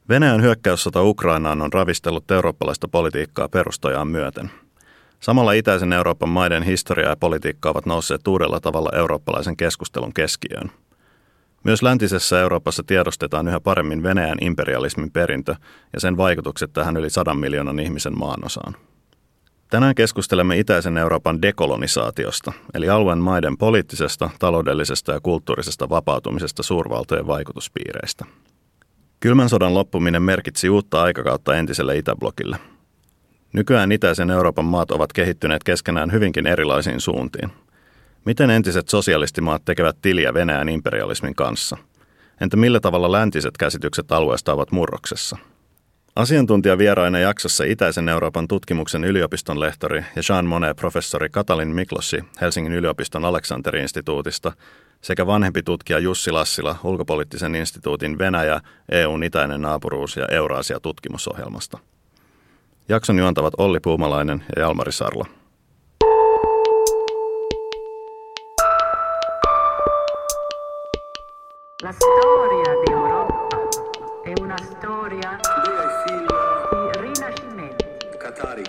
Venäjän hyökkäyssota Ukrainaan on ravistellut eurooppalaista politiikkaa perustojaan myöten. Samalla itäisen Euroopan maiden historia ja politiikka ovat nousseet uudella tavalla eurooppalaisen keskustelun keskiöön. Myös läntisessä Euroopassa tiedostetaan yhä paremmin Venäjän imperialismin perintö ja sen vaikutukset tähän yli 100 miljoonan ihmisen maanosaan. Tänään keskustelemme itäisen Euroopan dekolonisaatiosta, eli alueen maiden poliittisesta, taloudellisesta ja kulttuurisesta vapautumisesta suurvaltojen vaikutuspiireistä. Kylmän sodan loppuminen merkitsi uutta aikakautta entiselle Itäblokille. Nykyään itäisen Euroopan maat ovat kehittyneet keskenään hyvinkin erilaisiin suuntiin. Miten entiset sosialistimaat tekevät tiliä Venäjän imperialismin kanssa? Entä millä tavalla läntiset käsitykset alueesta ovat murroksessa? Asiantuntijavieraina jaksossa itäisen Euroopan tutkimuksen yliopiston lehtori ja Jean Monnet-professori Katalin Miklósi Helsingin yliopiston Aleksanteri-instituutista sekä vanhempi tutkija Jussi Lassila Ulkopoliittisen instituutin Venäjä, EU:n itäinen naapuruus ja Euraasia tutkimusohjelmasta. Jakson juontavat Olli Puumalainen ja Jalmari Sarla. La storia di Europa è una storia di rinascimento. Qatari.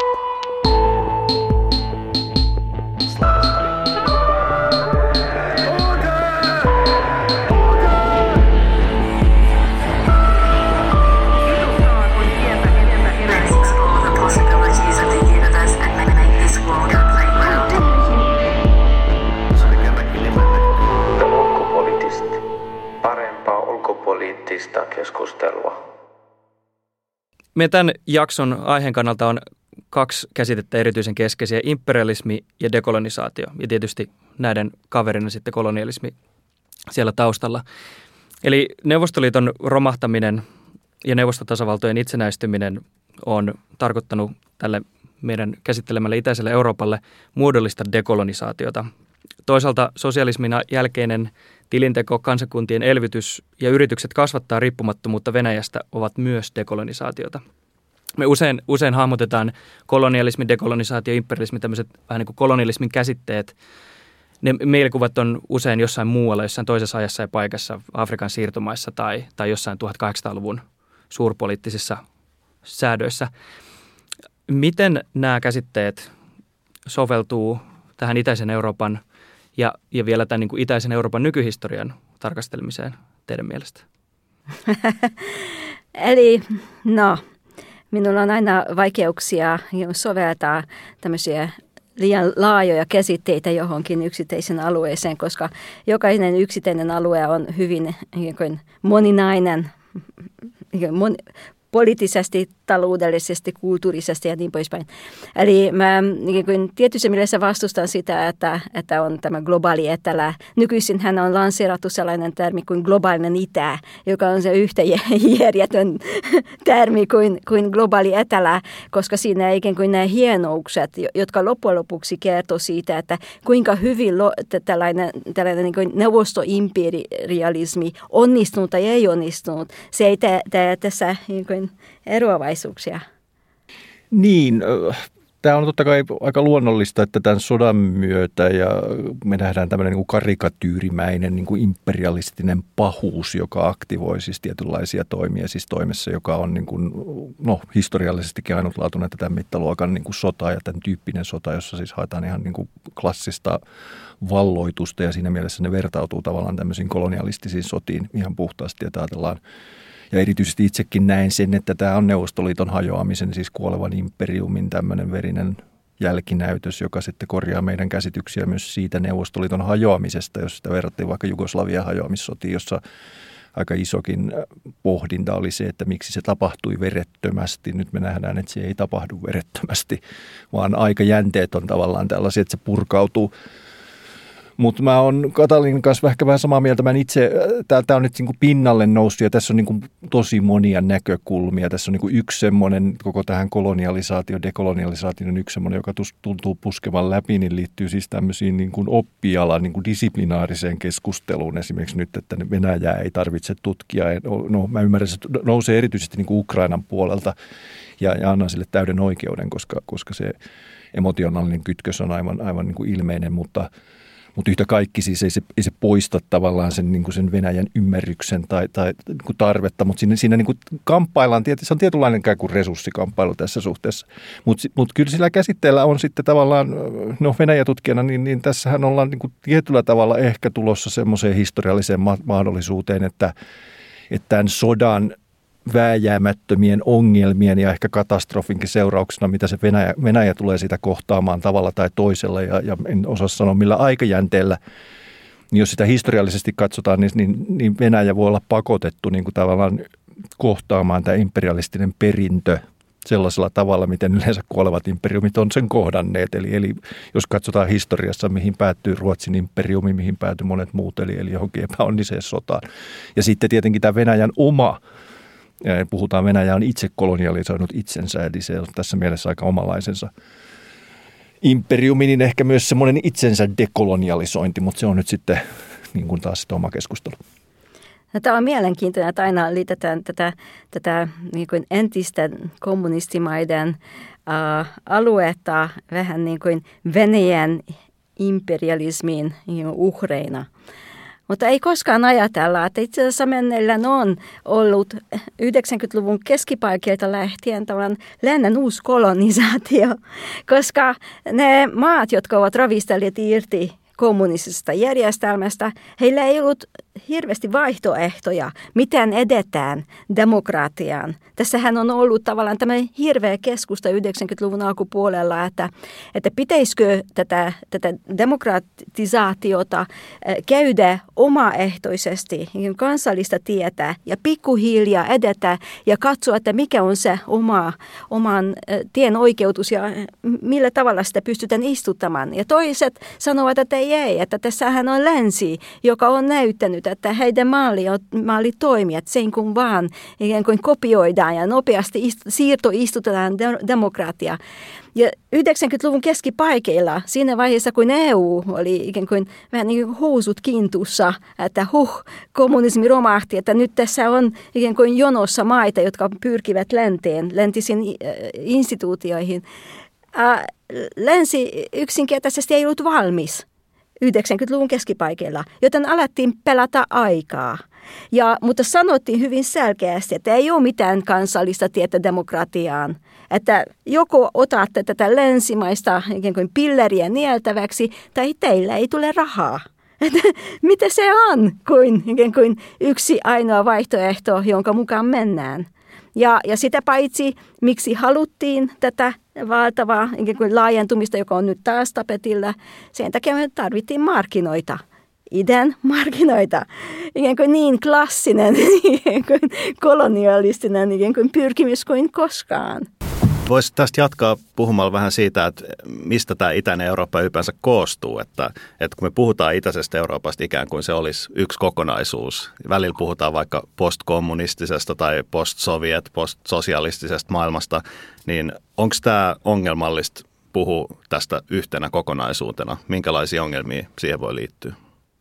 Poliittista keskustelua. Meidän tämän jakson aiheen kannalta on kaksi käsitettä erityisen keskeisiä, imperialismi ja dekolonisaatio. Ja tietysti näiden kaverina sitten kolonialismi siellä taustalla. Eli Neuvostoliiton romahtaminen ja neuvostotasavaltojen itsenäistyminen on tarkoittanut tälle meidän käsittelemälle itäiselle Euroopalle muodollista dekolonisaatiota. Toisaalta sosialismin jälkeinen tilinteko, kansakuntien elvytys ja yritykset kasvattaa riippumattomuutta Venäjästä ovat myös dekolonisaatiota. Me usein hahmotetaan kolonialismi, dekolonisaatio, imperialismi, tämmöiset vähän niin kuin kolonialismin käsitteet. Ne mielikuvat on usein jossain muualla, jossain toisessa ajassa ja paikassa, Afrikan siirtomaissa tai jossain 1800-luvun suurpoliittisissa säädöissä. Miten nämä käsitteet soveltuu tähän itäisen Euroopan ja vielä tämän niin kuin itäisen Euroopan nykyhistorian tarkastelemiseen teidän mielestä? Eli minulla on aina vaikeuksia soveltaa tämmöisiä liian laajoja käsitteitä johonkin yksittäisen alueeseen, koska jokainen yksittäinen alue on hyvin moninainen, poliittisesti, taloudellisesti, kulttuurisesti ja niin poispäin. Eli mä tietyssä mielessä vastustan sitä, että on tämä globaali etelä. Nykyisin hän on lanseerattu sellainen termi kuin globaalinen itä, joka on se yhtä järjetön termi kuin globaali etelä, koska siinä ikään kuin nämä hienoukset, jotka loppujen lopuksi kertoo siitä, että kuinka hyvin tällainen niin kuin neuvostoimperialismi onnistunut tai ei onnistunut. Se ei tee tässä niin kuin eroavaisuuksia. Niin, tämä on totta kai aika luonnollista, että tämän sodan myötä ja me nähdään tämmöinen niin kuin karikatyyrimäinen niin kuin imperialistinen pahuus, joka aktivoi siis tietynlaisia toimia, siis toimessa, joka on niin kuin, historiallisestikin ainutlaatuinen tämän mittaluokan niin kuin sota ja tämän tyyppinen sota, jossa siis haetaan ihan niin kuin klassista valloitusta ja siinä mielessä ne vertautuu tavallaan tämmöisiin kolonialistisiin sotiin ihan puhtaasti, että ajatellaan. Ja erityisesti itsekin näen sen, että tämä on Neuvostoliiton hajoamisen, siis kuolevan imperiumin tämmöinen verinen jälkinäytös, joka sitten korjaa meidän käsityksiä myös siitä Neuvostoliiton hajoamisesta, jos sitä verrattiin vaikka Jugoslavian hajoamissotiin, jossa aika isokin pohdinta oli se, että miksi se tapahtui verettömästi. Nyt me nähdään, että se ei tapahdu verettömästi, vaan aikajänteet on tavallaan tällaisia, että se purkautuu. Mutta mä oon Katalin kanssa ehkä vähän samaa mieltä. Tämä on nyt niin kuin pinnalle noussut ja tässä on niin kuin tosi monia näkökulmia. Tässä on niin kuin yksi semmoinen, koko tähän kolonialisaatio, dekolonialisaatio on yksi semmoinen, joka tuntuu puskevan läpi, niin liittyy siis tämmöisiin niin kuin oppialan niin kuin disiplinaariseen keskusteluun. Esimerkiksi nyt, että Venäjää ei tarvitse tutkia. No, mä ymmärrän, että se nousee erityisesti niin kuin Ukrainan puolelta ja annan sille täyden oikeuden, koska se emotionaalinen kytkös on aivan niin kuin ilmeinen, mutta Mutta yhtä kaikki siis ei se poista tavallaan sen, niin kuin sen Venäjän ymmärryksen tai niin kuin tarvetta, mutta siinä niin kuin kamppaillaan, se on tietynlainen ikään kuin resurssikamppailu tässä suhteessa. Mutta kyllä sillä käsitteellä on sitten tavallaan, Venäjä-tutkijana, niin tässähän ollaan niin kuin tietyllä tavalla ehkä tulossa semmoiseen historialliseen mahdollisuuteen, että tämän sodan vääjäämättömien ongelmien ja ehkä katastrofinkin seurauksena, mitä se Venäjä tulee siitä kohtaamaan tavalla tai toisella, ja en osaa sanoa millä aikajänteellä, niin jos sitä historiallisesti katsotaan, niin Venäjä voi olla pakotettu niin kuin tavallaan kohtaamaan tämä imperialistinen perintö sellaisella tavalla, miten yleensä kuolevat imperiumit on sen kohdanneet. Eli jos katsotaan historiassa, mihin päättyy Ruotsin imperiumi, mihin päätyi monet muut, eli johonkin epäonniseen sotaan. Ja sitten tietenkin tämä Venäjän oma, puhutaan Venäjä on itse kolonialisoinut itsensä, eli se on tässä mielessä aika omalaisensa imperiumi, niin ehkä myös semmoinen itsensä dekolonialisointi, mutta se on nyt sitten niin kuin taas oma keskustelu. No, tämä on mielenkiintoinen, että aina liitetään tätä niin kuin entisten kommunistimaiden aluetta vähän niin kuin Venäjän imperialismin uhreina. Mutta ei koskaan ajatella, että itse asiassa meillä on ollut 90-luvun keskipaikeilta lähtien tavallaan lännen uusi kolonisaatio, koska ne maat, jotka ovat ravistelleet irti kommunistisesta järjestelmästä, heillä ei ollut hirveästi vaihtoehtoja, miten edetään demokratiaan. Tässähän on ollut tavallaan tämä hirveä keskusta 90-luvun alkupuolella, että pitäisikö tätä demokratisaatiota käydä omaehtoisesti, kansallista tietä ja pikkuhiljaa edetä ja katsoa, että mikä on se oman tien oikeutus ja millä tavalla sitä pystytään istuttamaan. Ja toiset sanovat, että ei, että tässähän on länsi, joka on näyttänyt, että heidän malli toimii, että sen kun vaan ikään kuin kopioidaan ja nopeasti istutetaan demokratia. Ja 90-luvun keskipaikeilla, siinä vaiheessa kun EU oli ikään kuin vähän niin kuin housut kintussa, että kommunismi romahti, että nyt tässä on ikään kuin jonossa maita, jotka pyrkivät läntisiin instituutioihin. Länsi yksinkertaisesti ei ollut valmis 90-luvun keskipaikeilla, joten alettiin pelata aikaa. Mutta sanottiin hyvin selkeästi, että ei ole mitään kansallista tietä demokratiaan. Että joko otatte tätä länsimaista ikään kuin pilleriä nieltäväksi, tai teillä ei tule rahaa. Että mitä se on kuin yksi ainoa vaihtoehto, jonka mukaan mennään. Ja sitä paitsi, miksi haluttiin tätä valtavaa ikään kuin laajentumista, joka on nyt taas tapetilla, sen takia me tarvittiin markkinoita. Idän markkinoita. Ikään kuin niin klassinen, ikään kuin kolonialistinen ikään kuin pyrkimys kuin koskaan. Voisi tästä jatkaa puhumalla vähän siitä, että mistä tämä itäinen Eurooppa ylipäänsä koostuu. Että kun me puhutaan itäisestä Euroopasta ikään kuin se olisi yksi kokonaisuus. Välillä puhutaan vaikka postkommunistisesta tai postsovjet, postsosialistisesta maailmasta. Niin onko tämä ongelmallista puhua tästä yhtenä kokonaisuutena? Minkälaisia ongelmia siihen voi liittyä?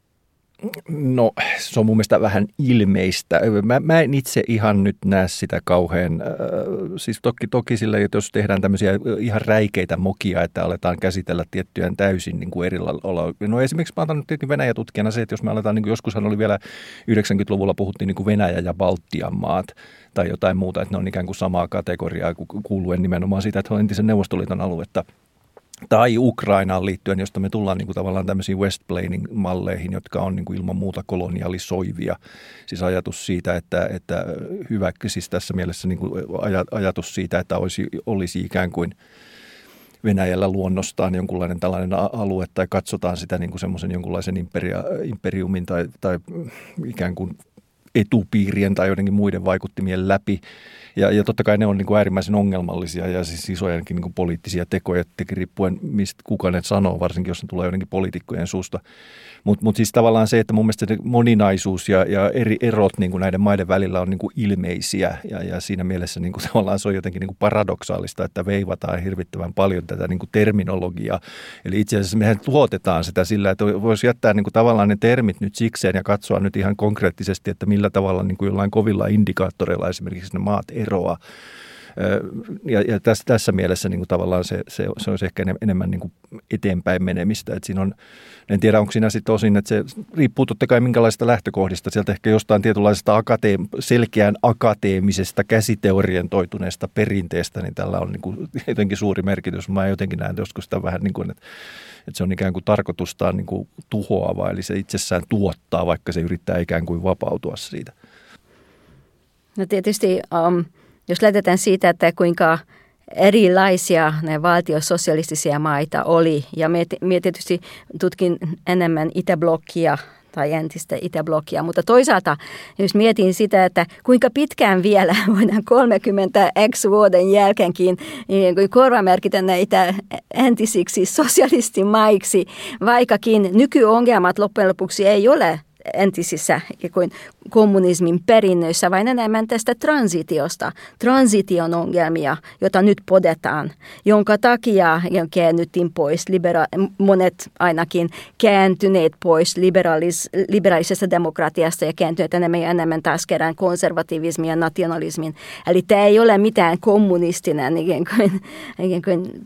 No, se on mun mielestä vähän ilmeistä. Mä en itse ihan nyt näe sitä kauhean, siis toki sillä, että jos tehdään tämmöisiä ihan räikeitä mokia, että aletaan käsitellä tiettyjä täysin niin kuin eri lailla. No esimerkiksi mä otan nyt tietenkin Venäjä-tutkijana se, että jos me aletaan, niin kuin joskushan oli vielä 90-luvulla puhuttiin niin kuin Venäjä ja Baltian maat tai jotain muuta, että ne on ikään kuin samaa kategoriaa kuuluen nimenomaan siitä, että on entisen Neuvostoliiton aluetta. Tai Ukrainaan liittyen, josta me tullaan niin kuin tavallaan tämmöisiin Westplaning malleihin, jotka on niin kuin ilman muuta kolonialisoivia. Siis ajatus siitä, että hyvä, siis tässä mielessä niin kuin ajatus siitä, että olisi ikään kuin Venäjällä luonnostaan jonkunlainen tällainen alue, tai katsotaan sitä niin kuin semmoisen jonkunlaisen imperiumin tai ikään kuin etupiirien tai joidenkin muiden vaikuttimien läpi. Ja totta kai ne on niin kuin äärimmäisen ongelmallisia ja siis isojenkin niin kuin poliittisia tekoja, riippuen mistä kuka ne sanoo, varsinkin jos ne tulee jotenkin poliitikkojen suusta. Mutta siis tavallaan se, että mun mielestä se moninaisuus ja eri erot niin kuin näiden maiden välillä on niin kuin ilmeisiä ja siinä mielessä niin kuin tavallaan se on jotenkin niin kuin paradoksaalista, että veivataan hirvittävän paljon tätä niin kuin terminologiaa. Eli itse asiassa mehän tuotetaan sitä sillä, että voisi jättää niin kuin tavallaan ne termit nyt sikseen ja katsoa nyt ihan konkreettisesti, että millä tavalla niin kuin jollain kovilla indikaattoreilla esimerkiksi ne maat eroaa Ja tässä mielessä niin kuin tavallaan se olisi ehkä enemmän niin kuin eteenpäin menemistä. Että siinä on, en tiedä onko siinä sitten osin, että se riippuu totta kai minkälaisista lähtökohdista. Sieltä ehkä jostain tietynlaisesta selkeään akateemisesta käsiteorientoituneesta perinteestä, niin tällä on niin kuin jotenkin suuri merkitys. Mä jotenkin näen joskus sitä vähän niin kuin, että se on ikään kuin tarkoitustaan niin kuin tuhoava, eli se itsessään tuottaa, vaikka se yrittää ikään kuin vapautua siitä. No tietysti, jos lähdetään siitä, että kuinka erilaisia ne valtiososialistisia maita oli, ja me tietysti tutkin enemmän Itäblokkia tai entistä Itäblokkia, mutta toisaalta jos mietin sitä, että kuinka pitkään vielä voidaan 30x vuoden jälkeenkin niin korvamerkitä näitä entisiksi sosialistimaiksi, vaikkakin nykyongelmat loppujen lopuksi ei ole entisissä kommunismin perinnöissä, vaan enemmän tästä transition ongelmia, jota nyt podetaan, jonka takia käännyttiin pois, monet ainakin kääntyneet pois liberaalisesta demokratiasta ja kääntyneet enemmän taas kerran konservatiivismin ja nationalismin. Eli tämä ei ole mitään kommunistinen ikään kuin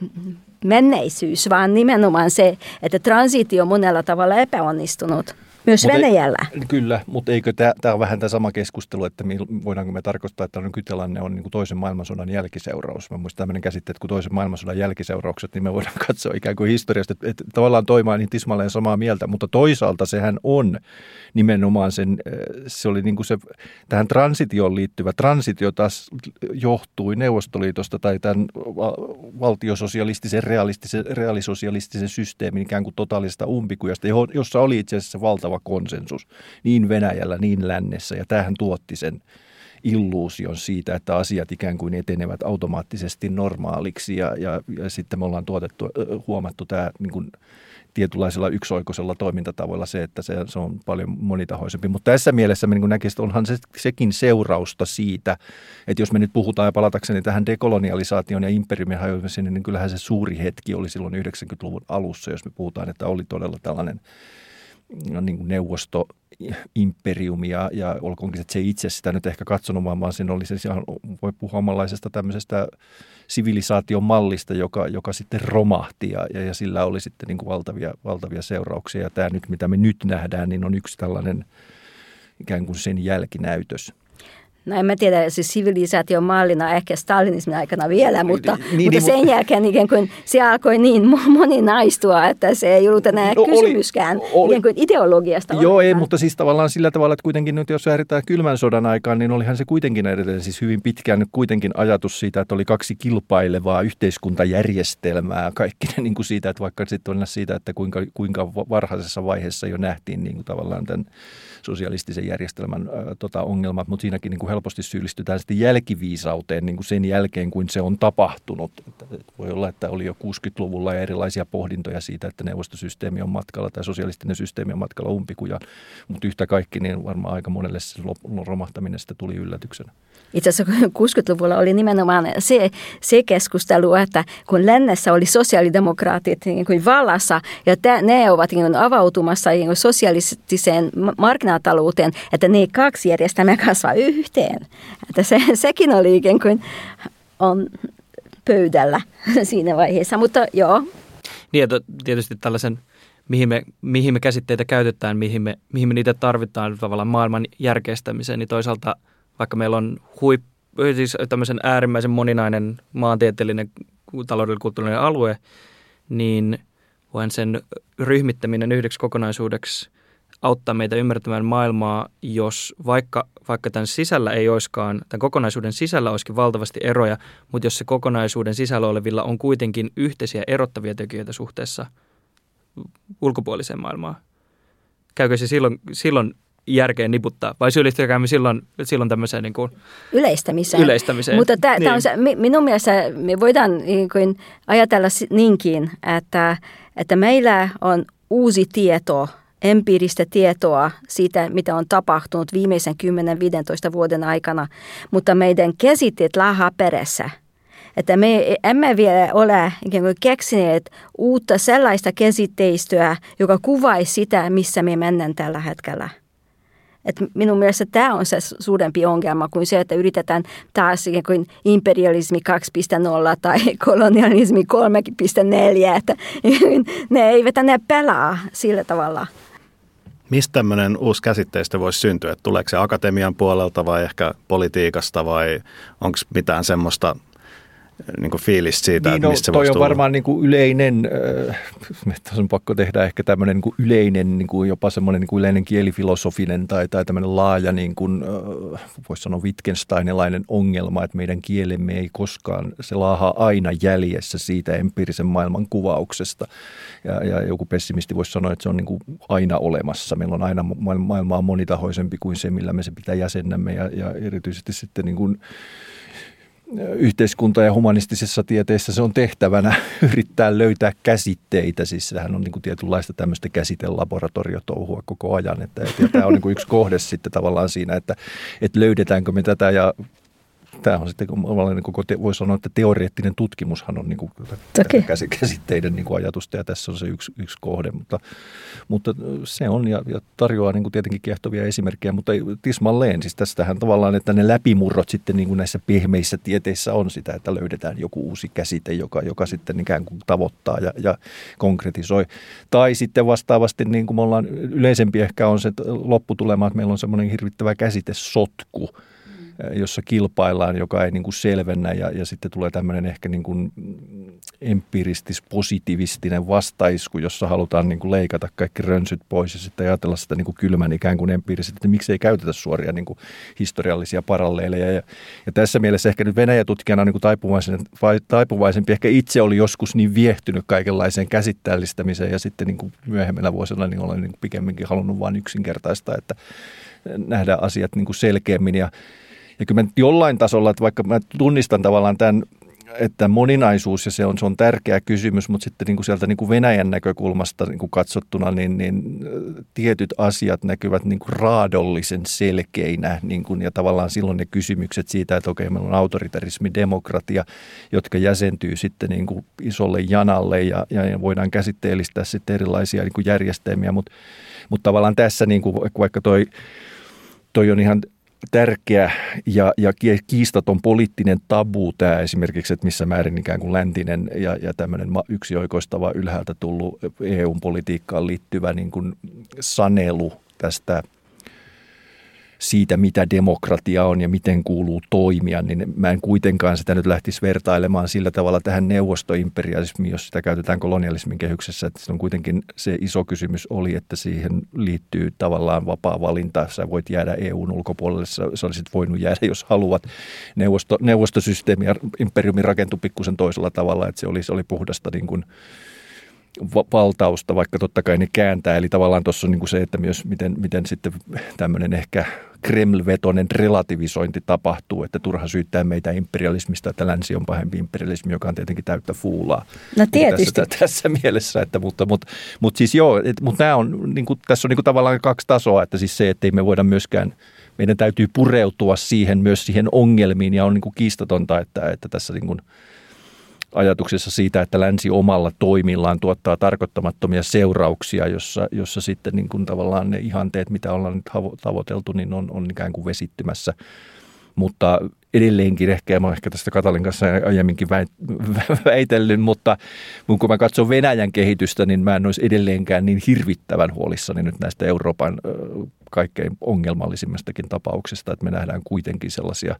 menneisyys, vaan nimenomaan se, että transitio on monella tavalla epäonnistunut. Myös Venäjällä. Kyllä, mutta eikö tämä on vähän tämä sama keskustelu, että voidaanko me tarkoittaa, että nykytilanne on niin kuin toisen maailmansodan jälkiseuraus. Mä muistan tämmöinen käsite, että kun toisen maailmansodan jälkiseuraukset, niin me voidaan katsoa ikään kuin historiasta, että tavallaan toimaan niin tismalleen samaa mieltä, mutta toisaalta sehän on nimenomaan se oli niin kuin se tähän transitioon liittyvä. Transitio taas johtui Neuvostoliitosta tai tämän valtiososialistisen, reaalisosialistisen systeemin ikään kuin totaalisesta umpikujasta, jossa oli itse asiassa valtava konsensus niin Venäjällä, niin lännessä, ja tämähän tuotti sen illuusion siitä, että asiat ikään kuin etenevät automaattisesti normaaliksi, ja sitten me ollaan huomattu tämä niin kuin tietynlaisella yksioikoisella toimintatavoilla se, että se on paljon monitahoisempi. Mutta tässä mielessä niin näkisin, että onhan sekin seurausta siitä, että jos me nyt puhutaan ja palatakseni tähän dekolonialisaation ja imperiumin hajoamiseen, niin kyllähän se suuri hetki oli silloin 90-luvun alussa, jos me puhutaan, että oli todella tällainen niin kuin neuvostoimperiumi ja olkoonkin, että se ei itse sitä nyt ehkä katsonut, vaan siinä oli se, voi puhua omanlaisesta tämmöisestä sivilisaation mallista, joka sitten romahti ja sillä oli sitten niin kuin valtavia seurauksia. Ja tämä nyt, mitä me nyt nähdään, niin on yksi tällainen ikään kuin sen jälkinäytös. No en mä tiedä, siis sivilisaation mallina ehkä stalinismin aikana vielä, mutta sen jälkeen ikään kuin se alkoi niin moninaistua, että se ei ollut enää kysymyskään ikään kuin ideologiasta. Joo, ei, mutta siis tavallaan sillä tavalla, että kuitenkin nyt jos lähdetään kylmän sodan aikaan, niin olihan se kuitenkin edelleen siis hyvin pitkään nyt kuitenkin ajatus siitä, että oli kaksi kilpailevaa yhteiskuntajärjestelmää, kaikki niin kuin siitä, että vaikka sitten on siitä, että kuinka varhaisessa vaiheessa jo nähtiin niin kuin tavallaan tämän sosialistisen järjestelmän ongelmat, mutta siinäkin niin kuin helposti syyllistytään sitten jälkiviisauteen niin kuin sen jälkeen, kuin se on tapahtunut. Että voi olla, että oli jo 60-luvulla ja erilaisia pohdintoja siitä, että neuvostosysteemi on matkalla tai sosialistinen systeemi on matkalla umpikujaan, mutta yhtä kaikki niin varmaan aika monelle se romahtaminen sitten tuli yllätyksenä. Itse asiassa 60-luvulla oli nimenomaan se keskustelu, että kun lännessä oli sosiaalidemokraatit niin kuin vallassa ja ne ovat niin kuin avautumassa niin kuin sosialistiseen markkinatalouteen, että ne kaksi järjestelmää kasvaa yhteen. Että sekin oli ikään kuin on pöydällä siinä vaiheessa, mutta joo. Niin, että tietysti tällaisen, mihin me käsitteitä käytetään, mihin me niitä tarvitaan tavallaan maailman järkeistämiseen, niin toisaalta vaikka meillä on siis tämmöisen äärimmäisen moninainen maantieteellinen taloudellinen kulttuurinen alue, niin voin sen ryhmittäminen yhdeksi kokonaisuudeksi auttaa meitä ymmärtämään maailmaa, jos vaikka tämän sisällä ei olisikaan, tämän kokonaisuuden sisällä olisikin valtavasti eroja, mutta jos se kokonaisuuden sisällä olevilla on kuitenkin yhteisiä erottavia tekijöitä suhteessa ulkopuoliseen maailmaan. Käykö se silloin järkeen niputtaa, vai syyllistyykäämme silloin tämmöiseen niin kuin yleistämiseen? Mutta tämä on se, minun mielestä me voidaan niin kuin ajatella niinkin, että meillä on uusi tieto, empiiristä tietoa siitä, mitä on tapahtunut viimeisen 10-15 vuoden aikana, mutta meidän käsitteet laahaa perässä. Että me emme vielä ole ikään kuin keksineet uutta sellaista käsitteistöä, joka kuvaisi sitä, missä me mennään tällä hetkellä. Et minun mielestä tämä on se suurempi ongelma kuin se, että yritetään taas kuin imperialismi 2.0 tai kolonialismi 3.4, että ne eivät enää pelaa sillä tavalla. Mistä tämmöinen uusi käsitteistä voisi syntyä? Että tuleeko se akatemian puolelta vai ehkä politiikasta vai onko mitään semmoista niin kuin fiilistä siitä, niin, että mistä se voisi tulla? Toi on varmaan niin kuin yleinen, on pakko tehdä ehkä tämmöinen niin kuin yleinen, niin kuin jopa semmoinen niin kuin yleinen kielifilosofinen tai tämmöinen laaja, niin kuin, voisi sanoa Wittgensteinilainen ongelma, että meidän kielemme ei koskaan, se laahaa aina jäljessä siitä empiirisen maailman kuvauksesta. Ja joku pessimisti voisi sanoa, että se on niin kuin aina olemassa. Meillä on aina maailma on monitahoisempi kuin se, millä me se pitää jäsennämme ja erityisesti sitten niin kuin yhteiskunta- ja humanistisessa tieteessä se on tehtävänä yrittää löytää käsitteitä. Siis sehän on niin kuin tietynlaista tämmöistä käsitelaboratoriotouhua koko ajan. Ja tämä on niin kuin yksi kohde sitten tavallaan siinä, että löydetäänkö me tätä ja tämä on sitten, voi sanoa, että teoreettinen tutkimushan on niin kuin käsitteiden niin kuin ajatusta ja tässä on se yksi kohde, mutta se on ja tarjoaa niin kuin tietenkin kiehtovia esimerkkejä, mutta tismalleen siis tästähän tavallaan, että ne läpimurrot sitten niin kuin näissä pehmeissä tieteissä on sitä, että löydetään joku uusi käsite, joka sitten ikään kuin tavoittaa ja konkretisoi. Tai sitten vastaavasti niin kuin me ollaan yleisempi ehkä on se lopputulema, että meillä on semmoinen hirvittävä käsitesotku, jossa kilpaillaan, joka ei niin kuin selvennä ja sitten tulee tämmöinen ehkä niin kuin empiristis-positivistinen vastaisku, jossa halutaan niin kuin leikata kaikki rönsyt pois ja sitten ajatella sitä niin kuin kylmän ikään kuin empiirisesti, että miksi ei käytetä suoria niin kuin historiallisia paralleeleja. Ja tässä mielessä ehkä nyt Venäjä-tutkijana on niin kuin taipuvaisempi. Ehkä itse oli joskus niin viehtynyt kaikenlaiseen käsitteellistämiseen ja sitten niin kuin myöhemmillä vuosilla niin olen niin kuin pikemminkin halunnut vain yksinkertaista, että nähdään asiat niin kuin selkeämmin ja kyllä mä jollain tasolla, että vaikka mä tunnistan tavallaan tämän, että moninaisuus ja se on tärkeä kysymys, mutta sitten niin kuin sieltä niin kuin Venäjän näkökulmasta niin kuin katsottuna, niin tietyt asiat näkyvät niin kuin raadollisen selkeinä niin kuin, ja tavallaan silloin ne kysymykset siitä, että okei, meillä on autoritarismi, demokratia, jotka jäsentyy sitten niin kuin isolle janalle ja voidaan käsitteellistää sitten erilaisia niin kuin järjestelmiä, mutta tavallaan tässä niin kuin, vaikka toi on ihan tärkeä ja kiistaton poliittinen tabu tämä esimerkiksi, että missä määrin ikään kuin läntinen ja tämmöinen yksioikoistava ylhäältä tullut EU-politiikkaan liittyvä niin kuin sanelu tästä siitä, mitä demokratia on ja miten kuuluu toimia, niin mä en kuitenkaan sitä nyt lähtisi vertailemaan sillä tavalla tähän neuvostoimperialismiin, jos sitä käytetään kolonialismin kehyksessä. Että on kuitenkin se iso kysymys oli, että siihen liittyy tavallaan vapaa valinta. Sä voit jäädä EUn ulkopuolelle, sä olisit voinut jäädä, jos haluat. Neuvostosysteemi ja imperiumi rakentui pikkusen toisella tavalla, että se oli puhdasta niin kuin valtausta, vaikka totta kai ne kääntää. Eli tavallaan tuossa on niin kuin se, että myös miten sitten tämmöinen ehkä Kreml-vetoinen relativisointi tapahtuu, että turha syyttää meitä imperialismista, että länsi on pahempi imperialismi, joka on tietenkin täyttä fuulaa. No tietysti. Tässä mielessä, että, mutta siis joo, mutta nämä on, niin kuin, tässä on niin kuin tavallaan kaksi tasoa, että siis se, että ei me voida myöskään, meidän täytyy pureutua myös siihen ongelmiin ja on niin kuin kiistatonta, että tässä niin kuin ajatuksessa siitä, että länsi omalla toimillaan tuottaa tarkoittamattomia seurauksia, jossa sitten niin kuin tavallaan ne ihanteet, mitä ollaan nyt tavoiteltu, niin on ikään kuin vesittymässä. Mutta edelleenkin ehkä tästä Katalin kanssa aiemminkin väitellyt, mutta kun mä katson Venäjän kehitystä, niin mä en olisi edelleenkään niin hirvittävän huolissani nyt näistä Euroopan kaikkein ongelmallisimmastakin tapauksista, että me nähdään kuitenkin sellaisia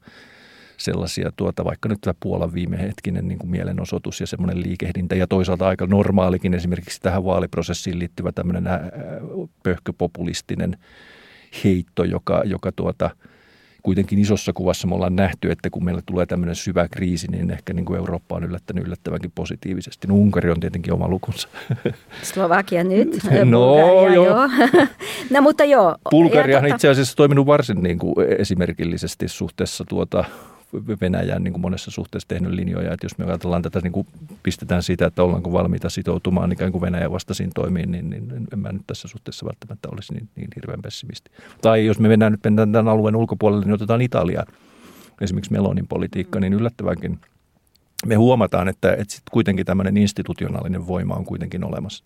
vaikka nyt tämä Puolan viimehetkinen niin kuin mielenosoitus ja semmoinen liikehdintä ja toisaalta aika normaalikin esimerkiksi tähän vaaliprosessiin liittyvä tämmöinen pöhköpopulistinen heitto, joka kuitenkin isossa kuvassa me ollaan nähty, että kun meillä tulee tämmöinen syvä kriisi, niin ehkä niin kuin Eurooppa on yllättävänkin positiivisesti. No Unkari on tietenkin oma lukunsa. Slovakia nyt. No joo. No mutta joo. Bulgaria on itse asiassa toiminut varsin niin kuin esimerkillisesti suhteessa Venäjään niin kuin monessa suhteessa tehnyt linjoja, että jos me ajatellaan tätä, niin kuin pistetään siitä, että ollaanko valmiita sitoutumaan ikään kuin Venäjän vastaisiin toimiin, niin en mä nyt tässä suhteessa välttämättä olisi niin hirveän pessimisti. Tai jos me mennään tämän alueen ulkopuolelle, niin otetaan Italiaa, esimerkiksi Melonin politiikka, niin yllättävänkin me huomataan, että sit kuitenkin tämmöinen institutionaalinen voima on kuitenkin olemassa.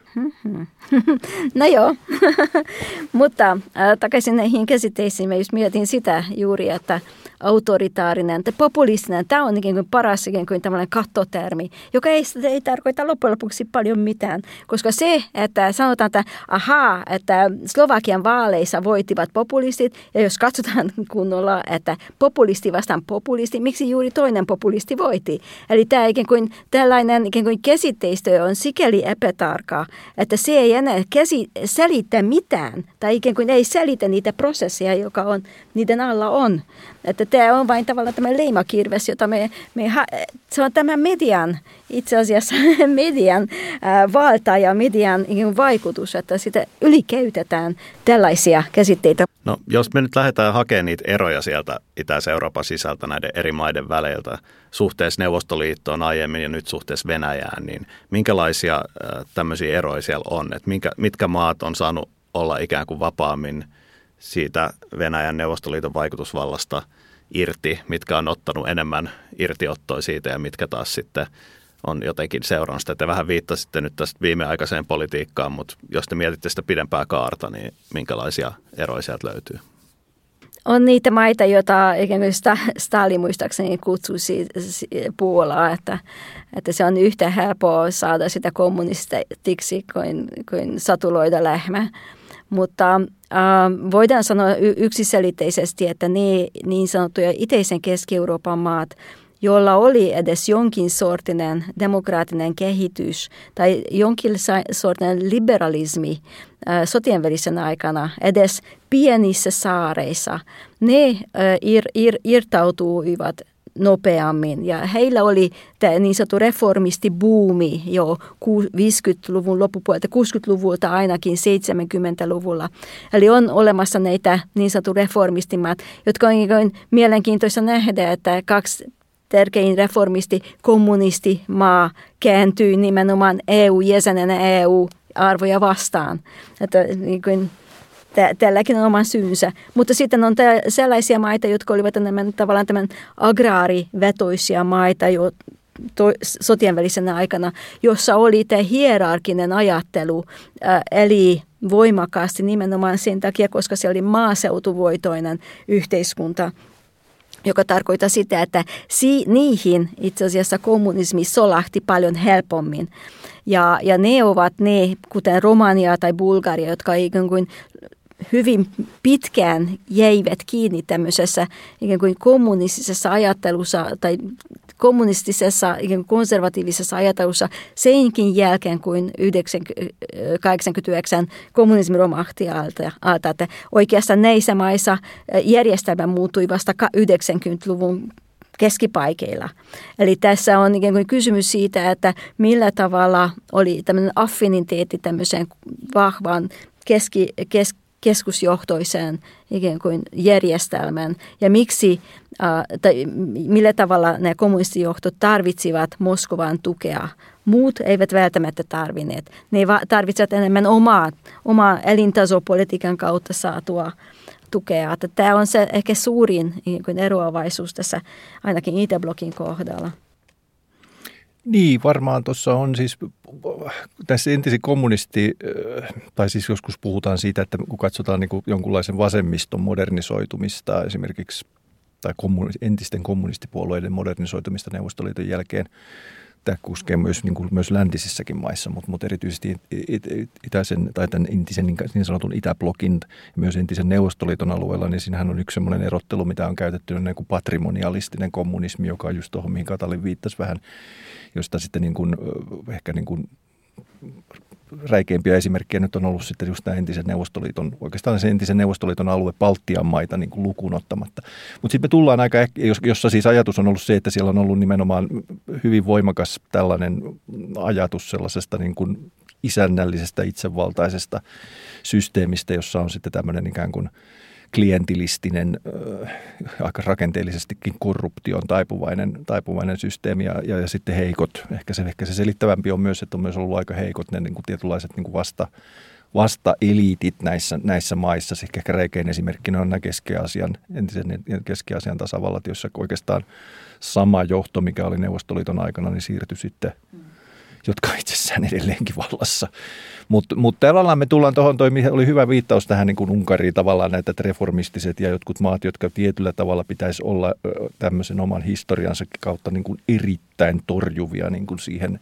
No joo, mutta takaisin näihin käsitteisiin. Mä just mietin sitä juuri, että autoritaarinen tai populistinen, tämä on ikään kuin paras ikään kuin tämmöinen kattotermi, joka ei tarkoita loppujen lopuksi paljon mitään. Koska se, että sanotaan, että että Slovakian vaaleissa voittivat populistit, ja jos katsotaan kunnolla, että populisti vastaan populisti, miksi juuri toinen populisti voitti? Eli tämä ikään kuin tällainen ikään kuin käsitteistö on sikäli epätarkka, että se ei enää selitä mitään, tai ikään kuin ei selitä niitä prosesseja, joka on niiden alla on. Että tämä on vain tavallaan tämä leimakirves, jota se on tämä median, itse asiassa median valta ja median vaikutus, että sitä ylikäytetään tällaisia käsitteitä. No, jos me nyt lähdetään hakemaan niitä eroja sieltä Itä-Euroopan sisältä näiden eri maiden väliltä suhteessa Neuvostoliittoon aiemmin ja nyt suhteessa Venäjään, niin minkälaisia tämmöisiä eroja siellä on? Että mitkä maat on saanut olla ikään kuin vapaammin siitä Venäjän Neuvostoliiton vaikutusvallasta irti, mitkä on ottanut enemmän irtiottoa siitä ja mitkä taas sitten on jotenkin seurannut sitä. Te vähän viittasitte nyt tästä viimeaikaiseen politiikkaan, mutta jos te mietitte sitä pidempää kaarta, niin minkälaisia eroja sieltä löytyy? On niitä maita, joita ikään kuin Stalin muistaakseni kutsuisi Puolaa, että se on yhtä helppoa saada sitä kommunistiksi kuin satuloida lehmä. Mutta voidaan sanoa yksiselitteisesti, että ne niin sanottuja itäisen Keski-Euroopan maat, jolla oli edes jonkin sortinen demokraattinen kehitys tai jonkin sortinen liberalismi sotien välisen aikana, edes pienissä saareissa, ne irtautuivat nopeammin. Ja heillä oli tämä niin sanottu reformistibuumi jo 50-luvun loppupuolelta, 60-luvulta ainakin 70-luvulla. Eli on olemassa näitä niin sanottu reformistimaat, jotka on mielenkiintoista nähdä, että kaksi tärkein reformisti-kommunistimaa kääntyy nimenomaan EU-jäsenenä EU-arvoja vastaan. Että niin kuin tälläkin on oman syynsä. Mutta sitten on sellaisia maita, jotka olivat tavallaan tämän agraarivetoisia maita jo sotien välisenä aikana, jossa oli tämä hierarkinen ajattelu, eli voimakkaasti nimenomaan sen takia, koska se oli maaseutuvoitoinen yhteiskunta, joka tarkoittaa sitä, että niihin itse asiassa kommunismi solahti paljon helpommin. Ja ne ovat ne, kuten Romania tai Bulgaria, jotka ikään kuin hyvin pitkään jäivät kiinni tämmöisessä ikään kuin kommunistisessa ajattelussa tai kommunistisessa ikään kuin konservatiivisessa ajattelussa senkin jälkeen, kuin 1989 kommunismi romahti alta. Että oikeastaan näissä maissa järjestelmä muuttui vasta 90-luvun keskipaikeilla. Eli tässä on ikään kuin kysymys siitä, että millä tavalla oli tämmöinen affiniteetti tämmöiseen vahvaan keskusjohtoiseen ikään kuin järjestelmän ja tai millä tavalla nämä kommunistijohtot tarvitsivat Moskovan tukea. Muut eivät välttämättä tarvinneet. Ne tarvitsevat enemmän omaa elintasopolitiikan kautta saatua tukea. Tämä on se ehkä suurin eroavaisuus tässä ainakin Itäblokin kohdalla. Niin, varmaan tuossa on siis tässä entisen tai siis joskus puhutaan siitä, että kun katsotaan niin kuin jonkunlaisen vasemmiston modernisoitumista esimerkiksi, tai entisten kommunistipuolueiden modernisoitumista Neuvostoliiton jälkeen, tämä koskee myös läntisissäkin maissa, mutta erityisesti itäisen tai tämän entisen niin sanotun Itäblokin ja myös entisen Neuvostoliiton alueella, niin siinähän on yksi semmoinen erottelu, mitä on käytetty niin kuin patrimonialistinen kommunismi, joka on just tuohon, mihin Katalin viittasi vähän, josta sitten ehkä räikeimpiä esimerkkejä nyt on ollut sitten just tämä oikeastaan se entisen Neuvostoliiton alue Baltian maita niin kuin lukuun ottamatta. Mutta sitten me tullaan aika, jossa siis ajatus on ollut se, että siellä on ollut nimenomaan hyvin voimakas tällainen ajatus sellaisesta niin kuin isännällisestä itsevaltaisesta systeemistä, jossa on sitten tämmöinen ikään kuin klientilistinen, aika rakenteellisestikin korruptioon taipuvainen systeemi ja sitten heikot. Ehkä se selittävämpi on myös, että on myös ollut aika heikot ne niin kuin tietynlaiset niin kuin vasta-eliitit näissä maissa. Ehkä räikein esimerkkinä on nämä entisen Keski-Aasian tasavallat, joissa oikeastaan sama johto, mikä oli Neuvostoliiton aikana, niin siirtyi sitten, jotka itse asiassa itsessään edelleenkin vallassa. Mutta tavallaan me tullaan tuohon, oli hyvä viittaus tähän niin kuin Unkariin tavallaan näitä reformistiset ja jotkut maat, jotka tietyllä tavalla pitäisi olla tämmöisen oman historiansa kautta niin kuin erittäin torjuvia niin kuin siihen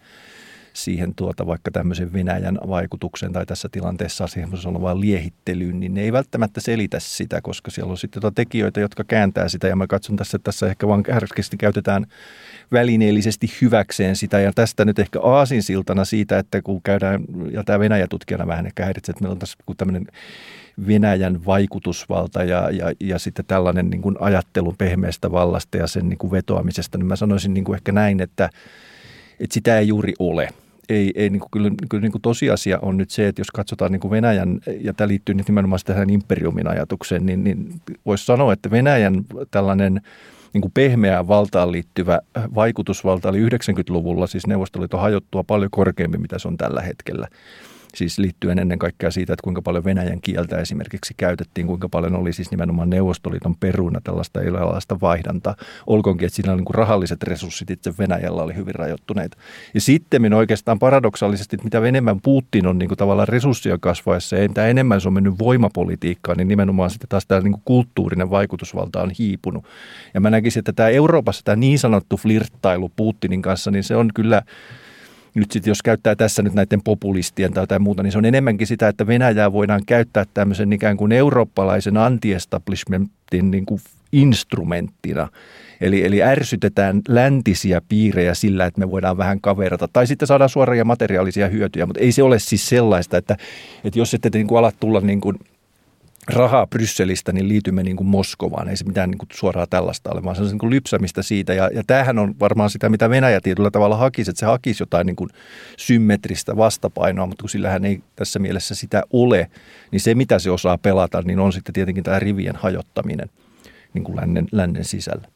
vaikka tämmöisen Venäjän vaikutukseen tai tässä tilanteessa semmoisessa olevaan liehittelyyn, niin ne ei välttämättä selitä sitä, koska siellä on sitten tekijöitä, jotka kääntää sitä ja mä katson tässä ehkä vaan härskisti käytetään välineellisesti hyväkseen sitä ja tästä nyt ehkä aasinsiltana siitä, että kun käydään, ja tämä Venäjä-tutkijana vähän ehkä häiritsee, että meillä on tässä tämmöinen Venäjän vaikutusvalta ja sitten tällainen niin kuin ajattelun pehmeästä vallasta ja sen niin kuin vetoamisesta, niin mä sanoisin niin kuin ehkä näin, että sitä ei juuri ole. Ei niin kuin, kyllä niin kuin tosiasia on nyt se, että jos katsotaan niin kuin Venäjän, ja tämä liittyy nyt nimenomaan tähän imperiumin ajatukseen, niin voisi sanoa, että Venäjän tällainen niin kuin pehmeään valtaan liittyvä vaikutusvalta oli 90-luvulla, siis Neuvostoliiton hajottua paljon korkeampi, mitä se on tällä hetkellä. Siis liittyen ennen kaikkea siitä, että kuinka paljon venäjän kieltä esimerkiksi käytettiin, kuinka paljon oli siis nimenomaan Neuvostoliiton peruna tällaista erilaista vaihdantaa. Olkoonkin, että siinä oli niin kuin rahalliset resurssit itse Venäjällä oli hyvin rajoittuneita. Ja sitten oikeastaan paradoksaalisesti, että mitä enemmän Putin on niin kuin tavallaan resurssia kasvaessa ja mitä enemmän se on mennyt voimapolitiikkaan, niin nimenomaan sitten taas tämä niin kuin kulttuurinen vaikutusvalta on hiipunut. Ja mä näkisin, että tämä Euroopassa tämä niin sanottu flirttailu Putinin kanssa, niin se on kyllä... Nyt sitten jos käyttää tässä nyt näiden populistien tai jotain muuta, niin se on enemmänkin sitä, että Venäjää voidaan käyttää tämmöisen ikään kuin eurooppalaisen anti-establishmentin niin kuin instrumenttina. Eli ärsytetään läntisiä piirejä sillä, että me voidaan vähän kaverata. Tai sitten saadaan suoria materiaalisia hyötyjä, mutta ei se ole siis sellaista, että jos ette niin kuin ala tulla niin kuin rahaa Brysselistä, niin liitymme niin kuin Moskovaan. Ei se mitään niin kuin suoraa tällaista ole, vaan se on niin kuin lypsämistä siitä. Ja tämähän on varmaan sitä, mitä Venäjä tietyllä tavalla hakisi, että se hakisi jotain niin kuin symmetristä vastapainoa, mutta kun sillähän ei tässä mielessä sitä ole, niin se mitä se osaa pelata, niin on sitten tietenkin tämä rivien hajottaminen niin kuin lännen sisällä.